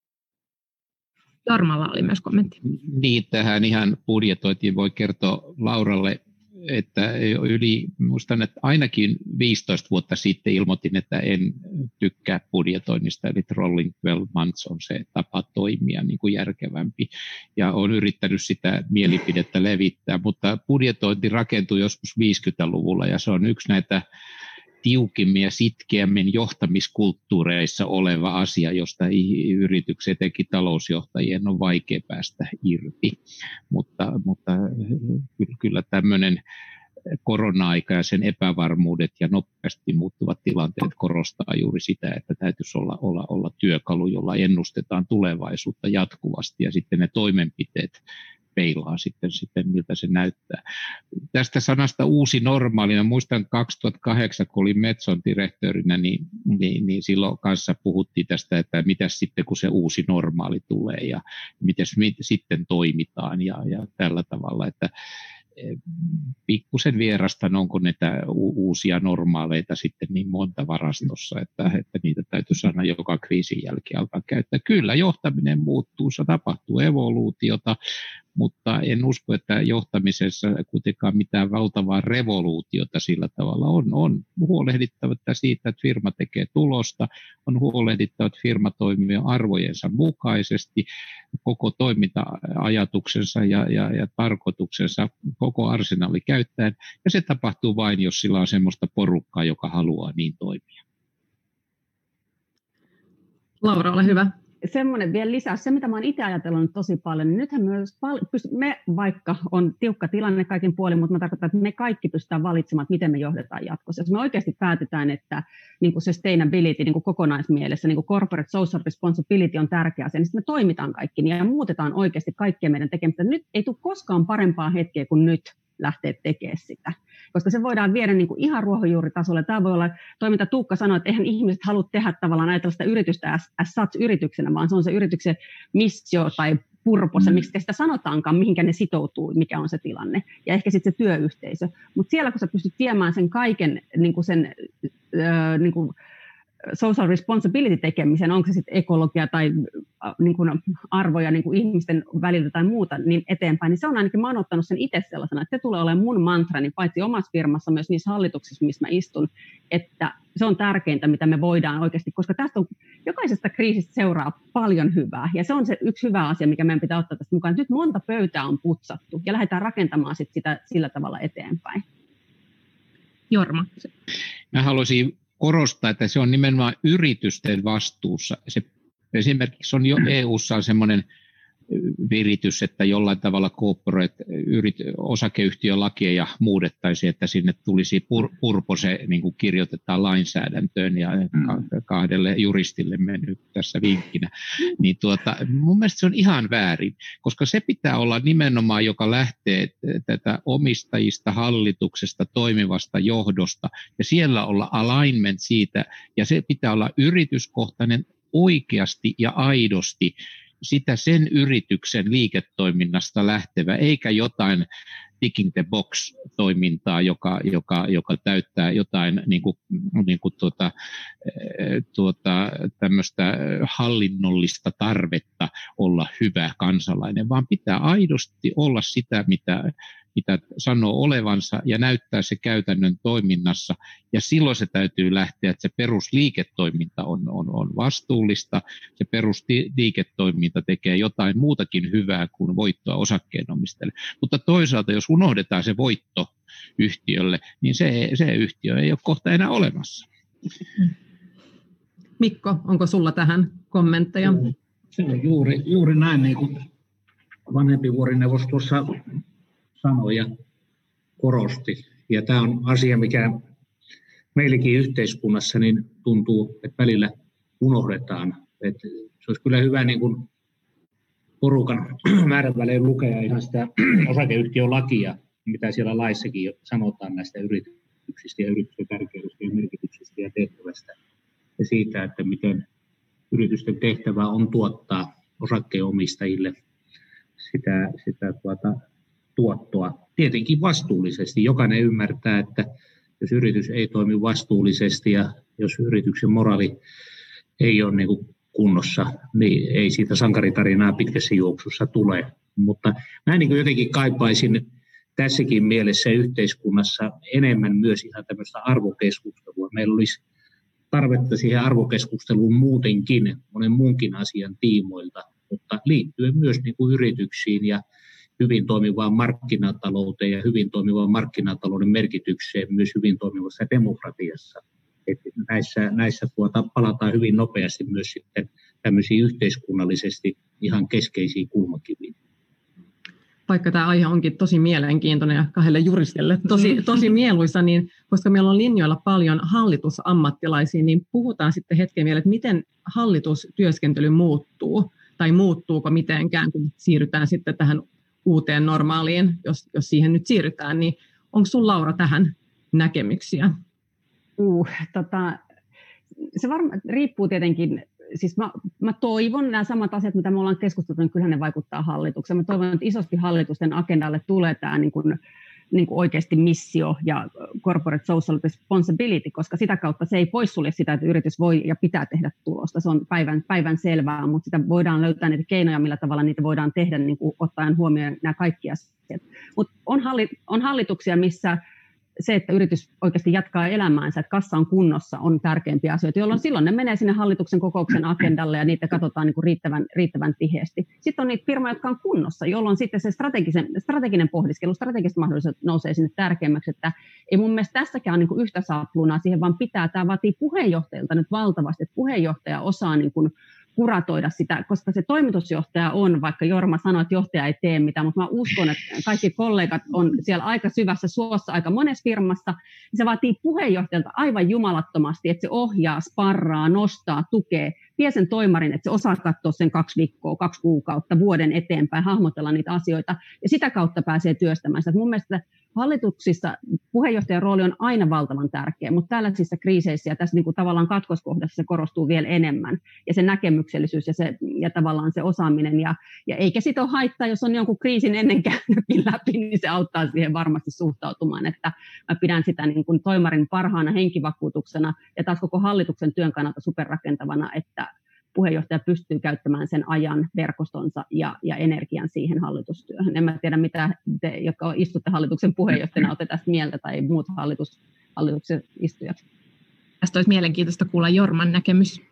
D: Jormalla oli myös kommentti.
E: Niin, tähän ihan budjetoitiin voi kertoa Lauralle, että yli, muistan, että ainakin viisitoista vuotta sitten ilmoitin, että en tykkää budjetoinnista, eli rolling twelve months on se tapa toimia niin kuin järkevämpi, ja olen yrittänyt sitä mielipidettä levittää, mutta budjetointi rakentui joskus viisikymmentäluvulla, ja se on yksi näitä tiukimmin ja sitkeämmin johtamiskulttuureissa oleva asia, josta yritykset, etenkin talousjohtajien, on vaikea päästä irti. Mutta, mutta kyllä tämmöinen korona-aika ja sen epävarmuudet ja nopeasti muuttuvat tilanteet korostaa juuri sitä, että täytyisi olla, olla, olla työkalu, jolla ennustetaan tulevaisuutta jatkuvasti ja sitten ne toimenpiteet peilaa sitten, sitten, miltä se näyttää. Tästä sanasta uusi normaali, mä muistan kaksituhattakahdeksan, kun olin Metson direktöörinä, niin, niin, niin silloin kanssa puhuttiin tästä, että mitä sitten, kun se uusi normaali tulee ja miten sitten toimitaan ja, ja tällä tavalla, että pikkusen vierastan, onko näitä uusia normaaleita sitten niin monta varastossa, että, että niitä täytyisi aina joka kriisin jälkeen alkaa käyttää. Kyllä johtaminen muuttuu, se tapahtuu evoluutiota, mutta en usko, että johtamisessa kuitenkaan mitään valtavaa revoluutiota sillä tavalla on. On huolehdittava siitä, että firma tekee tulosta, on huolehdittava, että firma toimii arvojensa mukaisesti, koko toiminta-ajatuksensa ja, ja, ja tarkoituksensa, koko arsenaali käyttäen, ja se tapahtuu vain, jos sillä on semmoista porukkaa, joka haluaa niin toimia.
C: Laura, ole hyvä.
F: semmoinen vielä lisäys, se mitä mä oon itse ajatellut tosi paljon, niin nythän myös pal- me, vaikka on tiukka tilanne kaikin puolin, mutta mä tarkoitan, että me kaikki pystytään valitsemaan, että miten me johdetaan jatkossa. Jos me oikeasti päätetään, että niin kuin sustainability niin kuin kokonaismielessä, niin kuin corporate social responsibility on tärkeä asia, niin sitten me toimitaan kaikki niin ja muutetaan oikeasti kaikkea meidän tekemistä. Nyt ei tule koskaan parempaa hetkeä kuin nyt lähteä tekemään sitä, koska se voidaan viedä niin kuin ihan ruohonjuuritasolle. Tämä voi olla, toiminta Tuukka sanoi, että eihän ihmiset halua tehdä tavallaan ajatella sitä yritystä as, as such yrityksenä, vaan se on se yrityksen missio tai purpose, mm. miksi sitä sanotaankaan, mihinkä ne sitoutuu, mikä on se tilanne, ja ehkä sitten se työyhteisö. Mutta siellä, kun sä pystyt viemään sen kaiken niin kuin sen äh, niin kuin social responsibility tekemisen, onko se sitten ekologia tai äh, niin kuin arvoja niin kuin ihmisten väliltä tai muuta niin eteenpäin, niin se on ainakin, mä oon ottanut sen itse sellaisena, että se tulee olemaan mun mantrani, paitsi omassa firmassa, myös niissä hallituksissa, missä mä istun, että se on tärkeintä, mitä me voidaan oikeasti, koska tästä on, jokaisesta kriisistä seuraa paljon hyvää, ja se on se yksi hyvä asia, mikä meidän pitää ottaa tästä mukaan. Nyt monta pöytää on putsattu, ja lähdetään rakentamaan sit sitä sillä tavalla eteenpäin.
D: Jorma.
E: Mä haluaisin korostaa, että se on nimenomaan yritysten vastuussa. Se esimerkiksi on jo E U:ssa on semmoinen viritys, että jollain tavalla corporate osakeyhtiölakia muudettaisiin, että sinne tulisi pur, purpose, niin kuin kirjoitetaan lainsäädäntöön, ja kahdelle juristille mennyt tässä vinkkinä. Niin tuota, mun mielestä se on ihan väärin, koska se pitää olla nimenomaan, joka lähtee tätä omistajista, hallituksesta, toimivasta johdosta, ja siellä olla alignment siitä, ja se pitää olla yrityskohtainen oikeasti ja aidosti sitä sen yrityksen liiketoiminnasta lähtevä, eikä jotain ticking the box -toimintaa, joka, joka, joka täyttää jotain niin kuin, niin kuin tuota, tuota, tämmöistä hallinnollista tarvetta olla hyvä kansalainen, vaan pitää aidosti olla sitä, mitä, mitä sanoo olevansa ja näyttää se käytännön toiminnassa. Ja silloin se täytyy lähteä, että se perusliiketoiminta on, on, on vastuullista, se perusliiketoiminta tekee jotain muutakin hyvää kuin voittoa osakkeenomistajille. Mutta toisaalta, jos unohdetaan se voitto yhtiölle, niin se, se yhtiö ei ole kohta enää olemassa.
C: Mikko, onko sulla tähän kommentteja?
H: Se on juuri, juuri näin, niin kuin vanhempi vuorineuvos tuossa sanoi ja korosti. Ja tämä on asia, mikä meillekin yhteiskunnassa niin tuntuu, että välillä unohdetaan. Että se olisi kyllä hyvä niin kuin porukan määrän välein lukea ihan sitä osakeyhtiölakia, mitä siellä laissakin sanotaan näistä yrityksistä ja yritysten tärkeydestä ja merkityksestä ja tehtävästä. Ja siitä, että miten yritysten tehtävä on tuottaa osakkeenomistajille sitä, sitä tuota, tuottoa. Tietenkin vastuullisesti. Jokainen ymmärtää, että jos yritys ei toimi vastuullisesti ja jos yrityksen moraali ei ole niin kuin kunnossa, niin ei siitä sankaritarinaa pitkässä juoksussa tule. Mutta mä niin kuin jotenkin kaipaisin tässäkin mielessä yhteiskunnassa enemmän myös ihan tämmöistä arvokeskustelua. Meillä olisi tarvetta siihen arvokeskusteluun muutenkin monen muunkin asian tiimoilta, mutta liittyen myös niin kuin yrityksiin ja hyvin toimivaan markkinatalouteen ja hyvin toimivaan markkinatalouden merkitykseen myös hyvin toimivassa demokratiassa. Että näissä näissä tuota, palataan hyvin nopeasti myös sitten tämmöisiin yhteiskunnallisesti ihan keskeisiin kulmakiviin.
C: Vaikka tämä aihe onkin tosi mielenkiintoinen ja kahdelle juristille tosi, tosi mieluisa, niin koska meillä on linjoilla paljon hallitusammattilaisia, niin puhutaan sitten hetken vielä, että miten hallitustyöskentely muuttuu tai muuttuuko mitenkään, kun siirrytään sitten tähän uuteen normaaliin, jos, jos siihen nyt siirrytään, niin onko sinulla, Laura, tähän näkemyksiä?
F: Uh, tota, se varmaan riippuu tietenkin, siis mä, mä toivon nämä samat asiat, mitä me ollaan keskusteltu, niin kyllähän ne vaikuttaa hallitukseen. Mä toivon, että isosti hallitusten agendalle tulee tämä niin kuin, niin kuin oikeasti missio ja corporate social responsibility, koska sitä kautta se ei poissulje sitä, että yritys voi ja pitää tehdä tulosta. Se on päivän, päivän selvää, mutta sitä voidaan löytää niitä keinoja, millä tavalla niitä voidaan tehdä niin kuin ottaen huomioon nämä kaikki asiat. Mutta on, halli, on hallituksia, missä se, että yritys oikeasti jatkaa elämäänsä, että kassa on kunnossa, on tärkeimpiä asioita, jolloin silloin ne menee sinne hallituksen kokouksen agendalle ja niitä katsotaan niin kuin riittävän, riittävän tiheesti. Sitten on niitä firmoja, jotka on kunnossa, jolloin sitten se strategisen, strateginen pohdiskelu, strategiset mahdollisuudet nousee sinne tärkeimmäksi, että ei mun mielestä tässäkään ole niin kuin yhtä saaplunaa siihen, vaan pitää, tämä vaatii puheenjohtajalta nyt valtavasti, että puheenjohtaja osaa niin kuin kuratoida sitä, koska se toimitusjohtaja on, vaikka Jorma sanoi, että johtaja ei tee mitään, mutta mä uskon, että kaikki kollegat on siellä aika syvässä suossa aika monessa firmassa. Se vaatii puheenjohtajalta aivan jumalattomasti, että se ohjaa, sparraa, nostaa, tukee, vie sen toimarin, että se osaa katsoa sen kaksi viikkoa, kaksi kuukautta, vuoden eteenpäin, hahmotella niitä asioita ja sitä kautta pääsee työstämään sitä. Mun mielestä hallituksissa puheenjohtajan rooli on aina valtavan tärkeä, mutta tällaisissa kriiseissä ja tässä niin kuin tavallaan katkoskohdassa se korostuu vielä enemmän. Ja se näkemyksellisyys ja, se, ja tavallaan se osaaminen. Ja, ja eikä sitä ole haittaa, jos on jonkun kriisin ennen käynytkin läpi, niin se auttaa siihen varmasti suhtautumaan. Että mä pidän sitä niin kuin toimarin parhaana henkivakuutuksena ja taas koko hallituksen työn kannalta superrakentavana, että puheenjohtaja pystyy käyttämään sen ajan, verkostonsa ja, ja energian siihen hallitustyöhön. En mä tiedä, mitä te, jotka istutte hallituksen puheenjohtajana, olette tästä mieltä tai muut hallitus, hallituksen istujat.
D: Tästä olisi mielenkiintoista kuulla Jorman näkemys.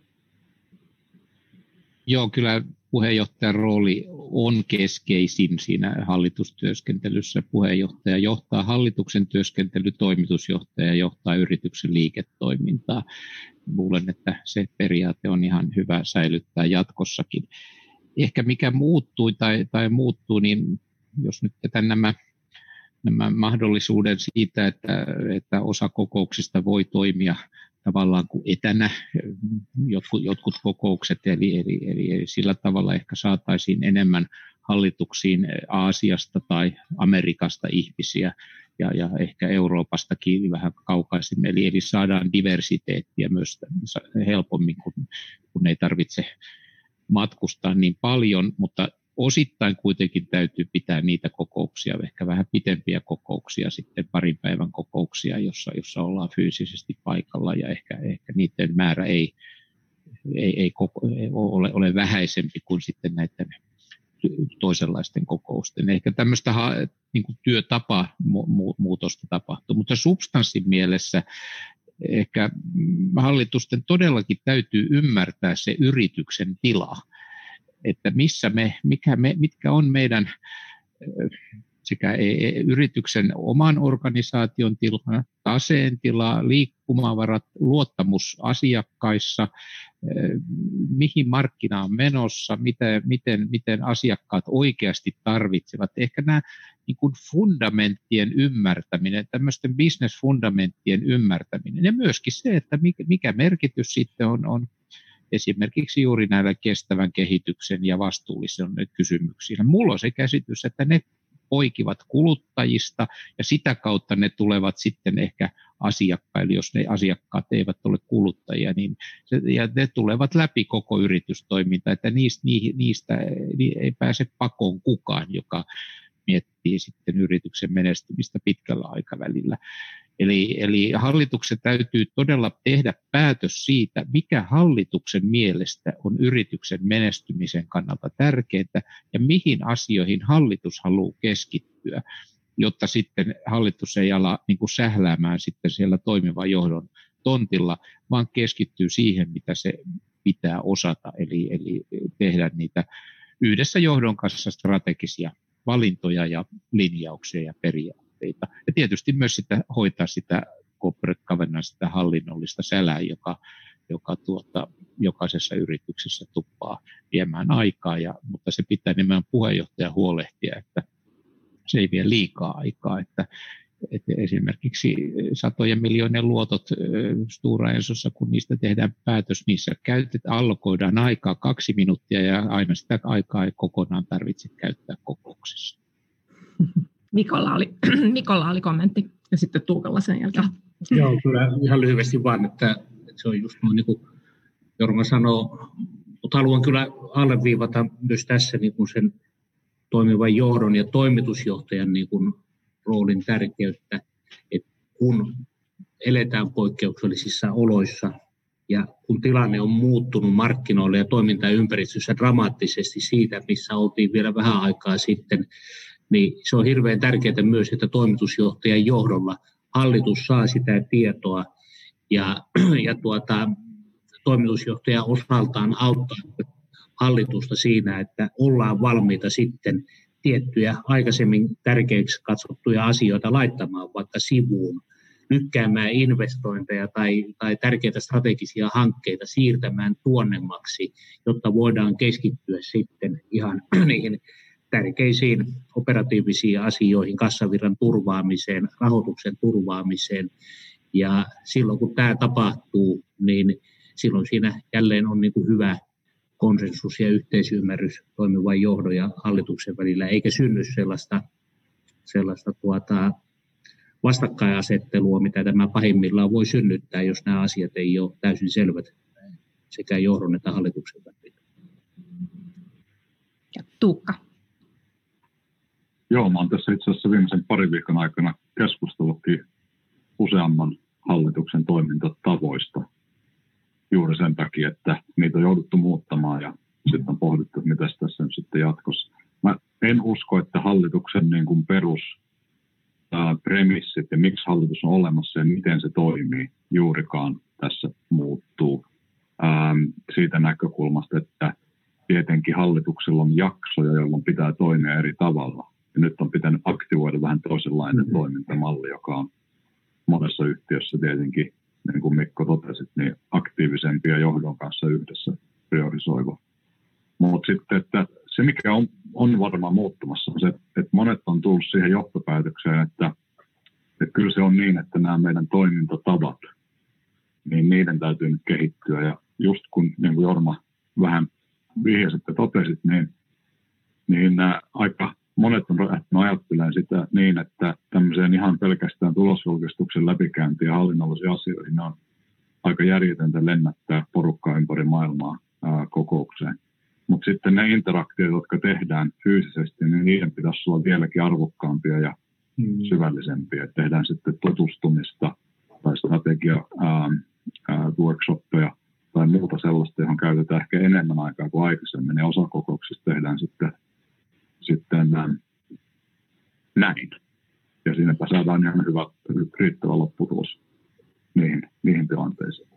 E: Joo, kyllä puheenjohtajan rooli on keskeisin siinä hallitustyöskentelyssä. Puheenjohtaja johtaa hallituksen työskentely, toimitusjohtaja johtaa yrityksen liiketoimintaa. Luulen, että se periaate on ihan hyvä säilyttää jatkossakin. Ehkä mikä muuttui tai, tai muuttuu, niin jos nyt tämän nämä, nämä mahdollisuuden siitä, että, että osa kokouksista voi toimia tavallaan kuin etänä, jotkut, jotkut kokoukset, eli, eli, eli, eli sillä tavalla ehkä saataisiin enemmän hallituksiin Aasiasta tai Amerikasta ihmisiä, ja, ja ehkä Euroopastakin vähän kaukaisemmin, eli, eli saadaan diversiteettiä myös helpommin, kun, kun ei tarvitse matkustaa niin paljon, mutta osittain kuitenkin täytyy pitää niitä kokouksia, ehkä vähän pitempiä kokouksia, sitten parin päivän kokouksia, jossa, jossa ollaan fyysisesti paikalla, ja ehkä, ehkä niiden määrä ei, ei, ei, koko, ei ole, ole vähäisempi kuin sitten näiden toisenlaisten kokousten. Ehkä tämmöistä niin kuin työtapamuutosta tapahtuu, mutta substanssin mielessä ehkä hallitusten todellakin täytyy ymmärtää se yrityksen tila, että missä me, mikä me, mitkä on meidän sekä yrityksen oman organisaation tila, taseen tila, liikkumavarat, luottamus asiakkaissa, mihin markkina on menossa, miten, miten, miten asiakkaat oikeasti tarvitsevat. Ehkä nämä niin kuin fundamenttien ymmärtäminen, tämmöisten business-fundamenttien ymmärtäminen ja myöskin se, että mikä, mikä merkitys sitten on, on esimerkiksi juuri näillä kestävän kehityksen ja vastuullisen kysymyksillä. Mulla on se käsitys, että ne poikivat kuluttajista ja sitä kautta ne tulevat sitten ehkä asiakkaille, jos ne asiakkaat eivät ole kuluttajia, niin se, ja ne tulevat läpi koko yritystoiminta, että niistä, niistä ei pääse pakoon kukaan, joka miettii sitten yrityksen menestymistä pitkällä aikavälillä. Eli, eli hallituksen täytyy todella tehdä päätös siitä, mikä hallituksen mielestä on yrityksen menestymisen kannalta tärkeintä ja mihin asioihin hallitus haluaa keskittyä, jotta sitten hallitus ei ala niin kuin sähläämään sitten siellä toimivan johdon tontilla, vaan keskittyy siihen, mitä se pitää osata, eli, eli tehdä niitä yhdessä johdon kanssa strategisia valintoja ja linjauksia ja periaatteita. Ja tietysti myös sitä, hoitaa sitä corporate governance, sitä hallinnollista sälää, joka, joka tuota, jokaisessa yrityksessä tuppaa viemään aikaa, ja, mutta se pitää nimenomaan puheenjohtaja huolehtia, että se ei vie liikaa aikaa, että, että esimerkiksi satojen miljoonien luotot Stora Ensossa, kun niistä tehdään päätös, niissä käytetään, allokoidaan aikaa kaksi minuuttia ja aina sitä aikaa ei kokonaan tarvitse käyttää kokouksessa.
D: Mikolla oli, Mikolla oli kommentti ja sitten Tuukalla sen jälkeen.
H: Joo, kyllä ihan lyhyesti vaan, että, että se on just noin niin kuin Jorma sanoo, mutta haluan kyllä alleviivata myös tässä niin kuin sen toimivan johdon ja toimitusjohtajan niin kuin roolin tärkeyttä, että kun eletään poikkeuksellisissa oloissa ja kun tilanne on muuttunut markkinoilla ja toimintaympäristössä dramaattisesti siitä, missä oltiin vielä vähän aikaa sitten, niin se on hirveän tärkeää myös, että toimitusjohtajan johdolla hallitus saa sitä tietoa ja, ja tuota, toimitusjohtaja osaltaan auttaa hallitusta siinä, että ollaan valmiita sitten tiettyjä aikaisemmin tärkeiksi katsottuja asioita laittamaan vaikka sivuun lykkäämään investointeja tai, tai tärkeitä strategisia hankkeita siirtämään tuonnemmaksi, jotta voidaan keskittyä sitten ihan niihin tärkeisiin operatiivisiin asioihin, kassavirran turvaamiseen, rahoituksen turvaamiseen. Ja silloin kun tämä tapahtuu, niin silloin siinä jälleen on niin kuin hyvä konsensus ja yhteisymmärrys toimivan johdon ja hallituksen välillä, eikä synny sellaista, sellaista tuota, vastakkainasettelua, mitä tämä pahimmillaan voi synnyttää, jos nämä asiat ei ole täysin selvät sekä johdon että hallituksen välillä.
D: Ja Tuukka.
G: Joo, mä oon tässä itse asiassa viimeisen parin viikon aikana keskustellutkin useamman hallituksen toimintatavoista juuri sen takia, että niitä on jouduttu muuttamaan ja sitten on pohdittu, että mitä tässä on sitten jatkossa. Mä en usko, että hallituksen niin kuin perus ää, premissit ja miksi hallitus on olemassa ja miten se toimii juurikaan tässä muuttuu ää, siitä näkökulmasta, että tietenkin hallituksella on jaksoja, jolloin pitää toimia eri tavalla. Ja nyt on pitänyt aktivoida vähän toisenlainen mm-hmm. toimintamalli, joka on monessa yhtiössä tietenkin, niin kuin Mikko totesit, niin aktiivisempi ja johdon kanssa yhdessä priorisoiva. Mutta sitten, että se mikä on, on varmaan muuttumassa, on se, että monet on tullut siihen johtopäätökseen, että, että kyllä se on niin, että nämä meidän toimintatavat, niin niiden täytyy nyt kehittyä. Ja just kun niin kuin Jorma vähän vihjasit ja totesit, niin, niin nämä aika monet on ajattelemaan sitä niin, että tämmöiseen ihan pelkästään tulosjulkistuksen läpikäyntiin ja hallinnollisiin asioihin on aika järjetöntä lennättää porukkaa ympäri maailmaa ää, kokoukseen. Mutta sitten ne interaktiot, jotka tehdään fyysisesti, niin niiden pitäisi olla vieläkin arvokkaampia ja mm. syvällisempiä. Et tehdään sitten tutustumista tai strategia-workshoppeja tai muuta sellaista, johon käytetään ehkä enemmän aikaa kuin aikaisemmin. Ja osa kokouksista tehdään sitten Sitten ähm, näin. Ja siinäpä saadaan ihan hyvä, riittävä lopputulos niihin, niihin tilanteisiin.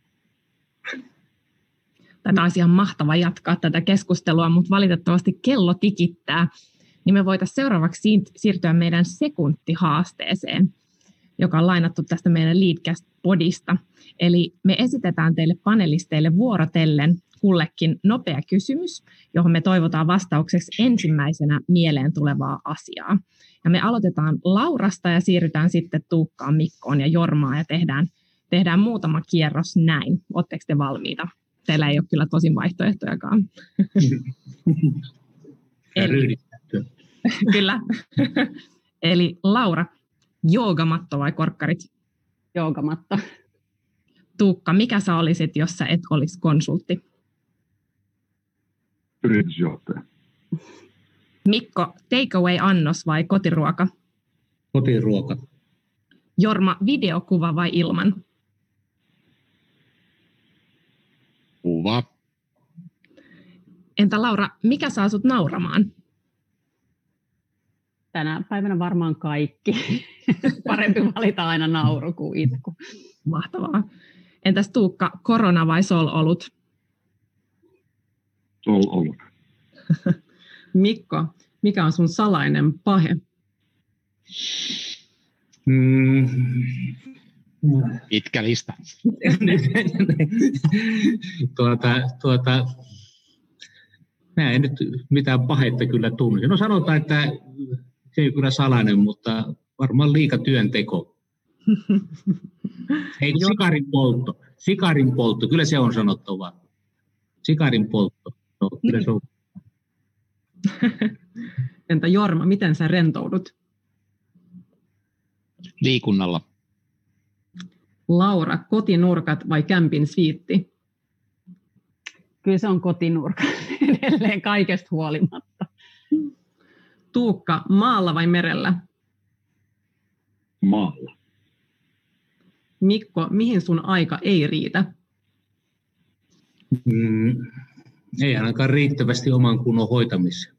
D: Tätä olisi ihan mahtava jatkaa tätä keskustelua, mutta valitettavasti kello tikittää. Niin me voitaisiin seuraavaksi siirtyä meidän sekuntihaasteeseen, joka on lainattu tästä meidän Leadcast-podista. Eli me esitetään teille panelisteille vuorotellen kullekin nopea kysymys, johon me toivotaan vastaukseksi ensimmäisenä mieleen tulevaa asiaa. Ja me aloitetaan Laurasta ja siirrytään sitten Tuukkaan, Mikkoon ja Jormaan ja tehdään, tehdään muutama kierros näin. Oletteko te valmiita? Teillä ei ole kyllä tosin vaihtoehtojakaan. Eli, kyllä. Eli Laura, joogamatto vai korkkarit?
F: Joogamatto.
D: Tuukka, mikä sä olisit, jos sä et olisi konsultti?
G: Yritysjohtaja.
D: Mikko, takeaway-annos vai kotiruoka?
H: Kotiruoka.
D: Jorma, videokuva vai ilman?
E: Kuva.
D: Entä Laura, mikä saa sut nauramaan?
F: Tänä päivänä varmaan kaikki. Parempi valita aina nauru kuin itku.
D: Mahtavaa. Entäs Tuukka, korona vai sol-olut?
G: Sol-olut.
C: Mikko, mikä on sun salainen pahe?
H: Mm.
E: Pitkä lista.
H: tuota, tuota, mä en nyt mitään pahetta kyllä tunne. No sanotaan, että se ei kyllä salainen, mutta varmaan liika työnteko. Ei, sikarin poltto. Sikarin poltto, kyllä se on sanottava. Sikarin poltto. No, kyllä se on.
C: Entä Jorma, miten sä rentoudut?
E: Liikunnalla.
C: Laura, kotinurkat vai kämpin sviitti?
F: Kyllä se on kotinurkat edelleen kaikesta huolimatta.
C: Tuukka, maalla vai merellä?
G: Maalla.
C: Mikko, mihin sun aika ei riitä?
H: Mm, ei ainakaan riittävästi oman kunnon hoitamiseen.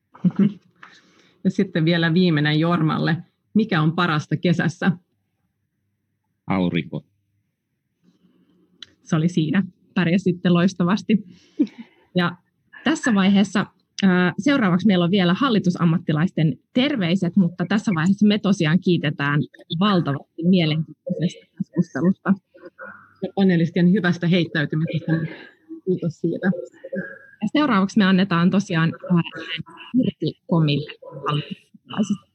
C: Ja sitten vielä viimeinen Jormalle. Mikä on parasta kesässä?
E: Aurinko.
D: Se oli siinä. Pärjäsitte loistavasti. Ja tässä vaiheessa Seuraavaksi meillä on vielä hallitusammattilaisten terveiset, mutta tässä vaiheessa me tosiaan kiitetään valtavasti mielenkiintoisesta keskustelusta.
C: Ja panelistien hyvästä heittäytymisestä. Kiitos siitä.
D: Ja seuraavaksi me annetaan tosiaan Kirsi Komille hallitusammattilaisista.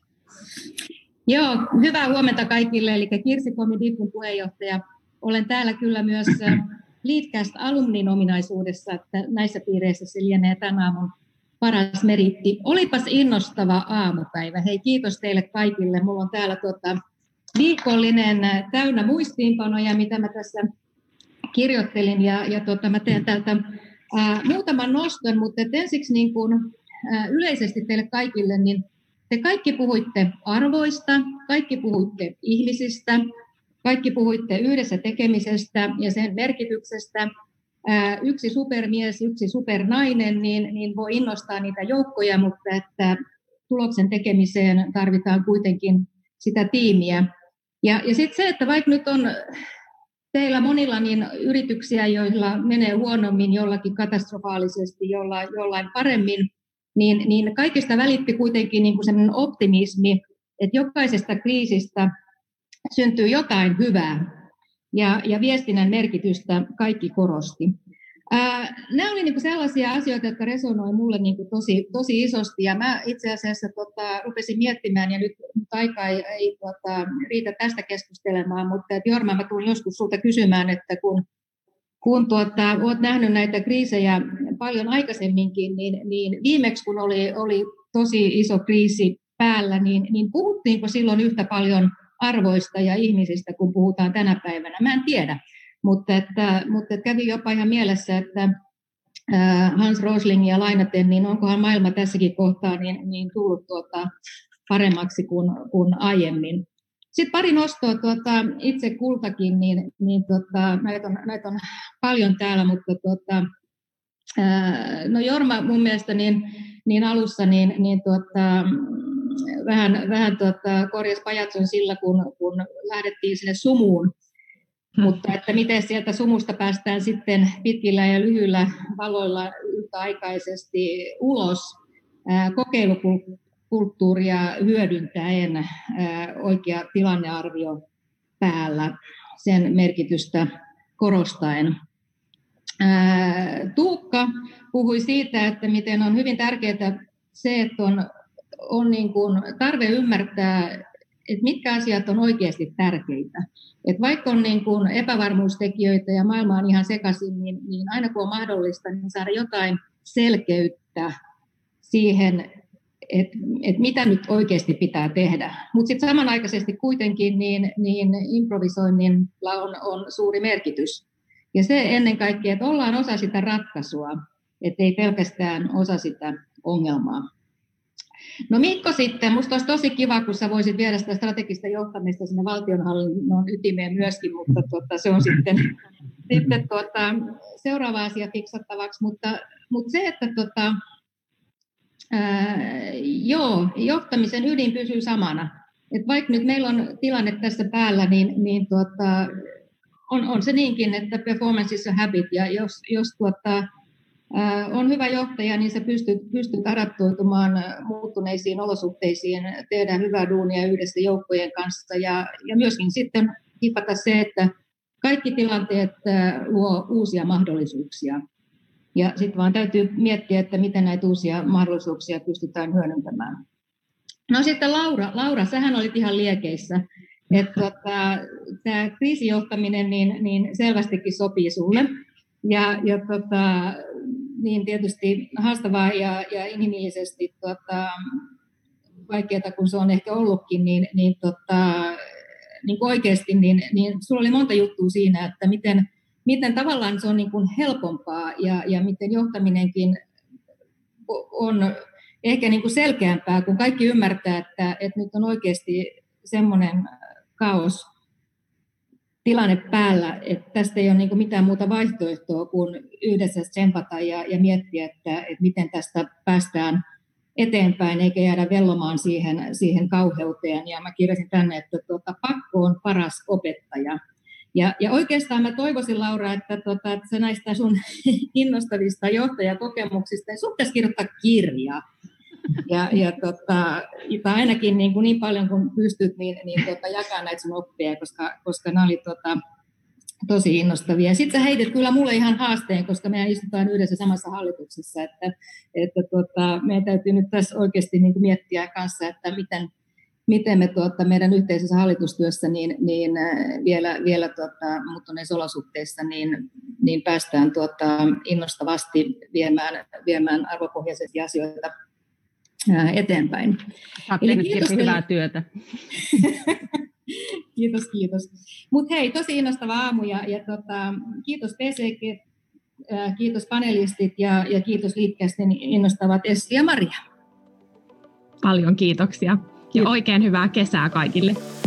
I: Joo, hyvää huomenta kaikille. Eli Kirsi Komi, D I P U:n puheenjohtaja. Olen täällä kyllä myös Leadcast alumnin ominaisuudessa, että näissä piireissä se lienee tämän aamun paras meriitti. Olipas innostava aamupäivä. Hei, kiitos teille kaikille. Mulla on täällä tuota, viikollinen täynnä muistiinpanoja, mitä mä tässä kirjoittelin. Ja, ja tuota, mä teen täältä ää, muutaman noston, mutta ensiksi niin kuin, ää, yleisesti teille kaikille, niin te kaikki puhuitte arvoista, kaikki puhuitte ihmisistä, kaikki puhuitte yhdessä tekemisestä ja sen merkityksestä. Yksi supermies, yksi supernainen, niin, niin voi innostaa niitä joukkoja, mutta että tuloksen tekemiseen tarvitaan kuitenkin sitä tiimiä. Ja, ja sitten se, että vaikka nyt on teillä monilla niin yrityksiä, joilla menee huonommin, jollakin katastrofaalisesti, jollain, jollain paremmin, niin, niin kaikista välitti kuitenkin niin kuin sellainen optimismi, että jokaisesta kriisistä syntyy jotain hyvää. Ja, ja viestinnän merkitystä kaikki korosti. Ää, nämä olivat niinku sellaisia asioita, jotka resonoi mulle niinku tosi, tosi isosti. Ja mä itse asiassa tota, rupesin miettimään, ja nyt, nyt aika ei, ei tota, riitä tästä keskustelemaan, mutta et Jorma, mä tulen joskus sulta kysymään, että kun, kun tuota, olet nähnyt näitä kriisejä paljon aikaisemminkin, niin, niin viimeksi kun oli, oli tosi iso kriisi päällä, niin, niin puhuttiinko silloin yhtä paljon arvoista ja ihmisistä, kun puhutaan tänä päivänä? Mä en tiedä, mutta, että, mutta että kävi jopa ihan mielessä, että Hans Roslingia lainaten, niin onkohan maailma tässäkin kohtaa niin, niin tullut tuota paremmaksi kuin, kuin aiemmin. Sitten pari nostoa tuota, itse kultakin, niin, niin tuota, näitä, on, näitä on paljon täällä, mutta tuota, no Jorma mun mielestä niin, niin alussa niin, niin tuota, vähän, vähän tuota, korjasi pajatson sillä, kun, kun lähdettiin sinne sumuun. Hmm. Mutta että miten sieltä sumusta päästään sitten pitkillä ja lyhyillä valoilla yhtäaikaisesti ulos ää, kokeilukulttuuria hyödyntäen ää, oikea tilannearvio päällä, sen merkitystä korostaen. Ää, Tuukka puhui siitä, että miten on hyvin tärkeää se, että on on niin kuin tarve ymmärtää, että mitkä asiat on oikeasti tärkeitä. Että vaikka on niin kuin epävarmuustekijöitä ja maailma on ihan sekaisin, niin, niin aina kun on mahdollista, niin saada jotain selkeyttä siihen, että, että mitä nyt oikeasti pitää tehdä. Mutta sitten samanaikaisesti kuitenkin niin, niin improvisoinnilla on, on suuri merkitys. Ja se ennen kaikkea, että ollaan osa sitä ratkaisua, ettei pelkästään osa sitä ongelmaa. No Mikko sitten, minusta olisi tosi kiva, kun sä voisit viedä sitä strategista johtamista sinne valtionhallinnon ytimeen myöskin, mutta tuota, se on sitten, sitten tuota, seuraava asia fiksattavaksi. Mutta, mutta se, että tuota, ää, joo, johtamisen ydin pysyy samana. Et vaikka nyt meillä on tilanne tässä päällä, niin, niin tuota, on, on se niinkin, että performance is a habit, ja jos, jos tuota, on hyvä johtaja, niin sä pystyt, pystyt adaptoitumaan muuttuneisiin olosuhteisiin, tehdä hyvää duunia yhdessä joukkojen kanssa ja, ja myöskin sitten hipata se, että kaikki tilanteet luo uusia mahdollisuuksia. Ja sitten vaan täytyy miettiä, että miten näitä uusia mahdollisuuksia pystytään hyödyntämään. No sitten Laura, Laura sähän olit ihan liekeissä. Että tota, tämä kriisijohtaminen niin, niin selvästikin sopii sulle. Ja, ja tota, niin tietysti haastavaa ja, ja inhimillisesti tota, vaikeaa, kun se on ehkä ollutkin, niin, niin, tota, niin oikeasti niin, niin sulla oli monta juttua siinä, että miten, miten tavallaan se on niin kuin helpompaa ja, ja miten johtaminenkin on ehkä niin kuin selkeämpää, kun kaikki ymmärtää, että, että nyt on oikeasti semmoinen kaos tilanne päällä, että tästä ei ole niin kuin mitään muuta vaihtoehtoa kuin yhdessä tsempata ja, ja miettiä, että, että miten tästä päästään eteenpäin, eikä jäädä vellomaan siihen, siihen kauheuteen. Ja mä kirjasin tänne, että tuota, pakko on paras opettaja. Ja, ja oikeastaan mä toivoisin, Laura, että, tota, että sä näistä sun innostavista johtajakokemuksista, niin sun pitäisi kirjoittaa kirjaa. Ja, ja tota, tai ainakin niin, kuin niin paljon kuin pystyt, niin, niin tota, jakaa näitä sun oppia, koska, koska nämä oli tota, tosi innostavia. Sitten sä heitit kyllä mulle ihan haasteen, koska me istutaan yhdessä samassa hallituksessa, että, että tota, meidän täytyy nyt tässä oikeasti niin kuin miettiä kanssa, että miten, miten me tuota, meidän yhteisessä hallitustyössä niin, niin vielä, vielä tuota, muuttuneissa olosuhteissa niin, niin päästään tuota, innostavasti viemään, viemään arvopohjaisesti asioita eteenpäin.
F: Olet tehnyt Kirsi hyvää työtä.
I: Kiitos, kiitos. Mutta hei, tosi innostava aamu ja, ja tota, kiitos P C G, äh, kiitos panelistit ja, ja kiitos Liitkästen innostavat Essi ja Maria.
D: Paljon kiitoksia ja oikein hyvää kesää kaikille.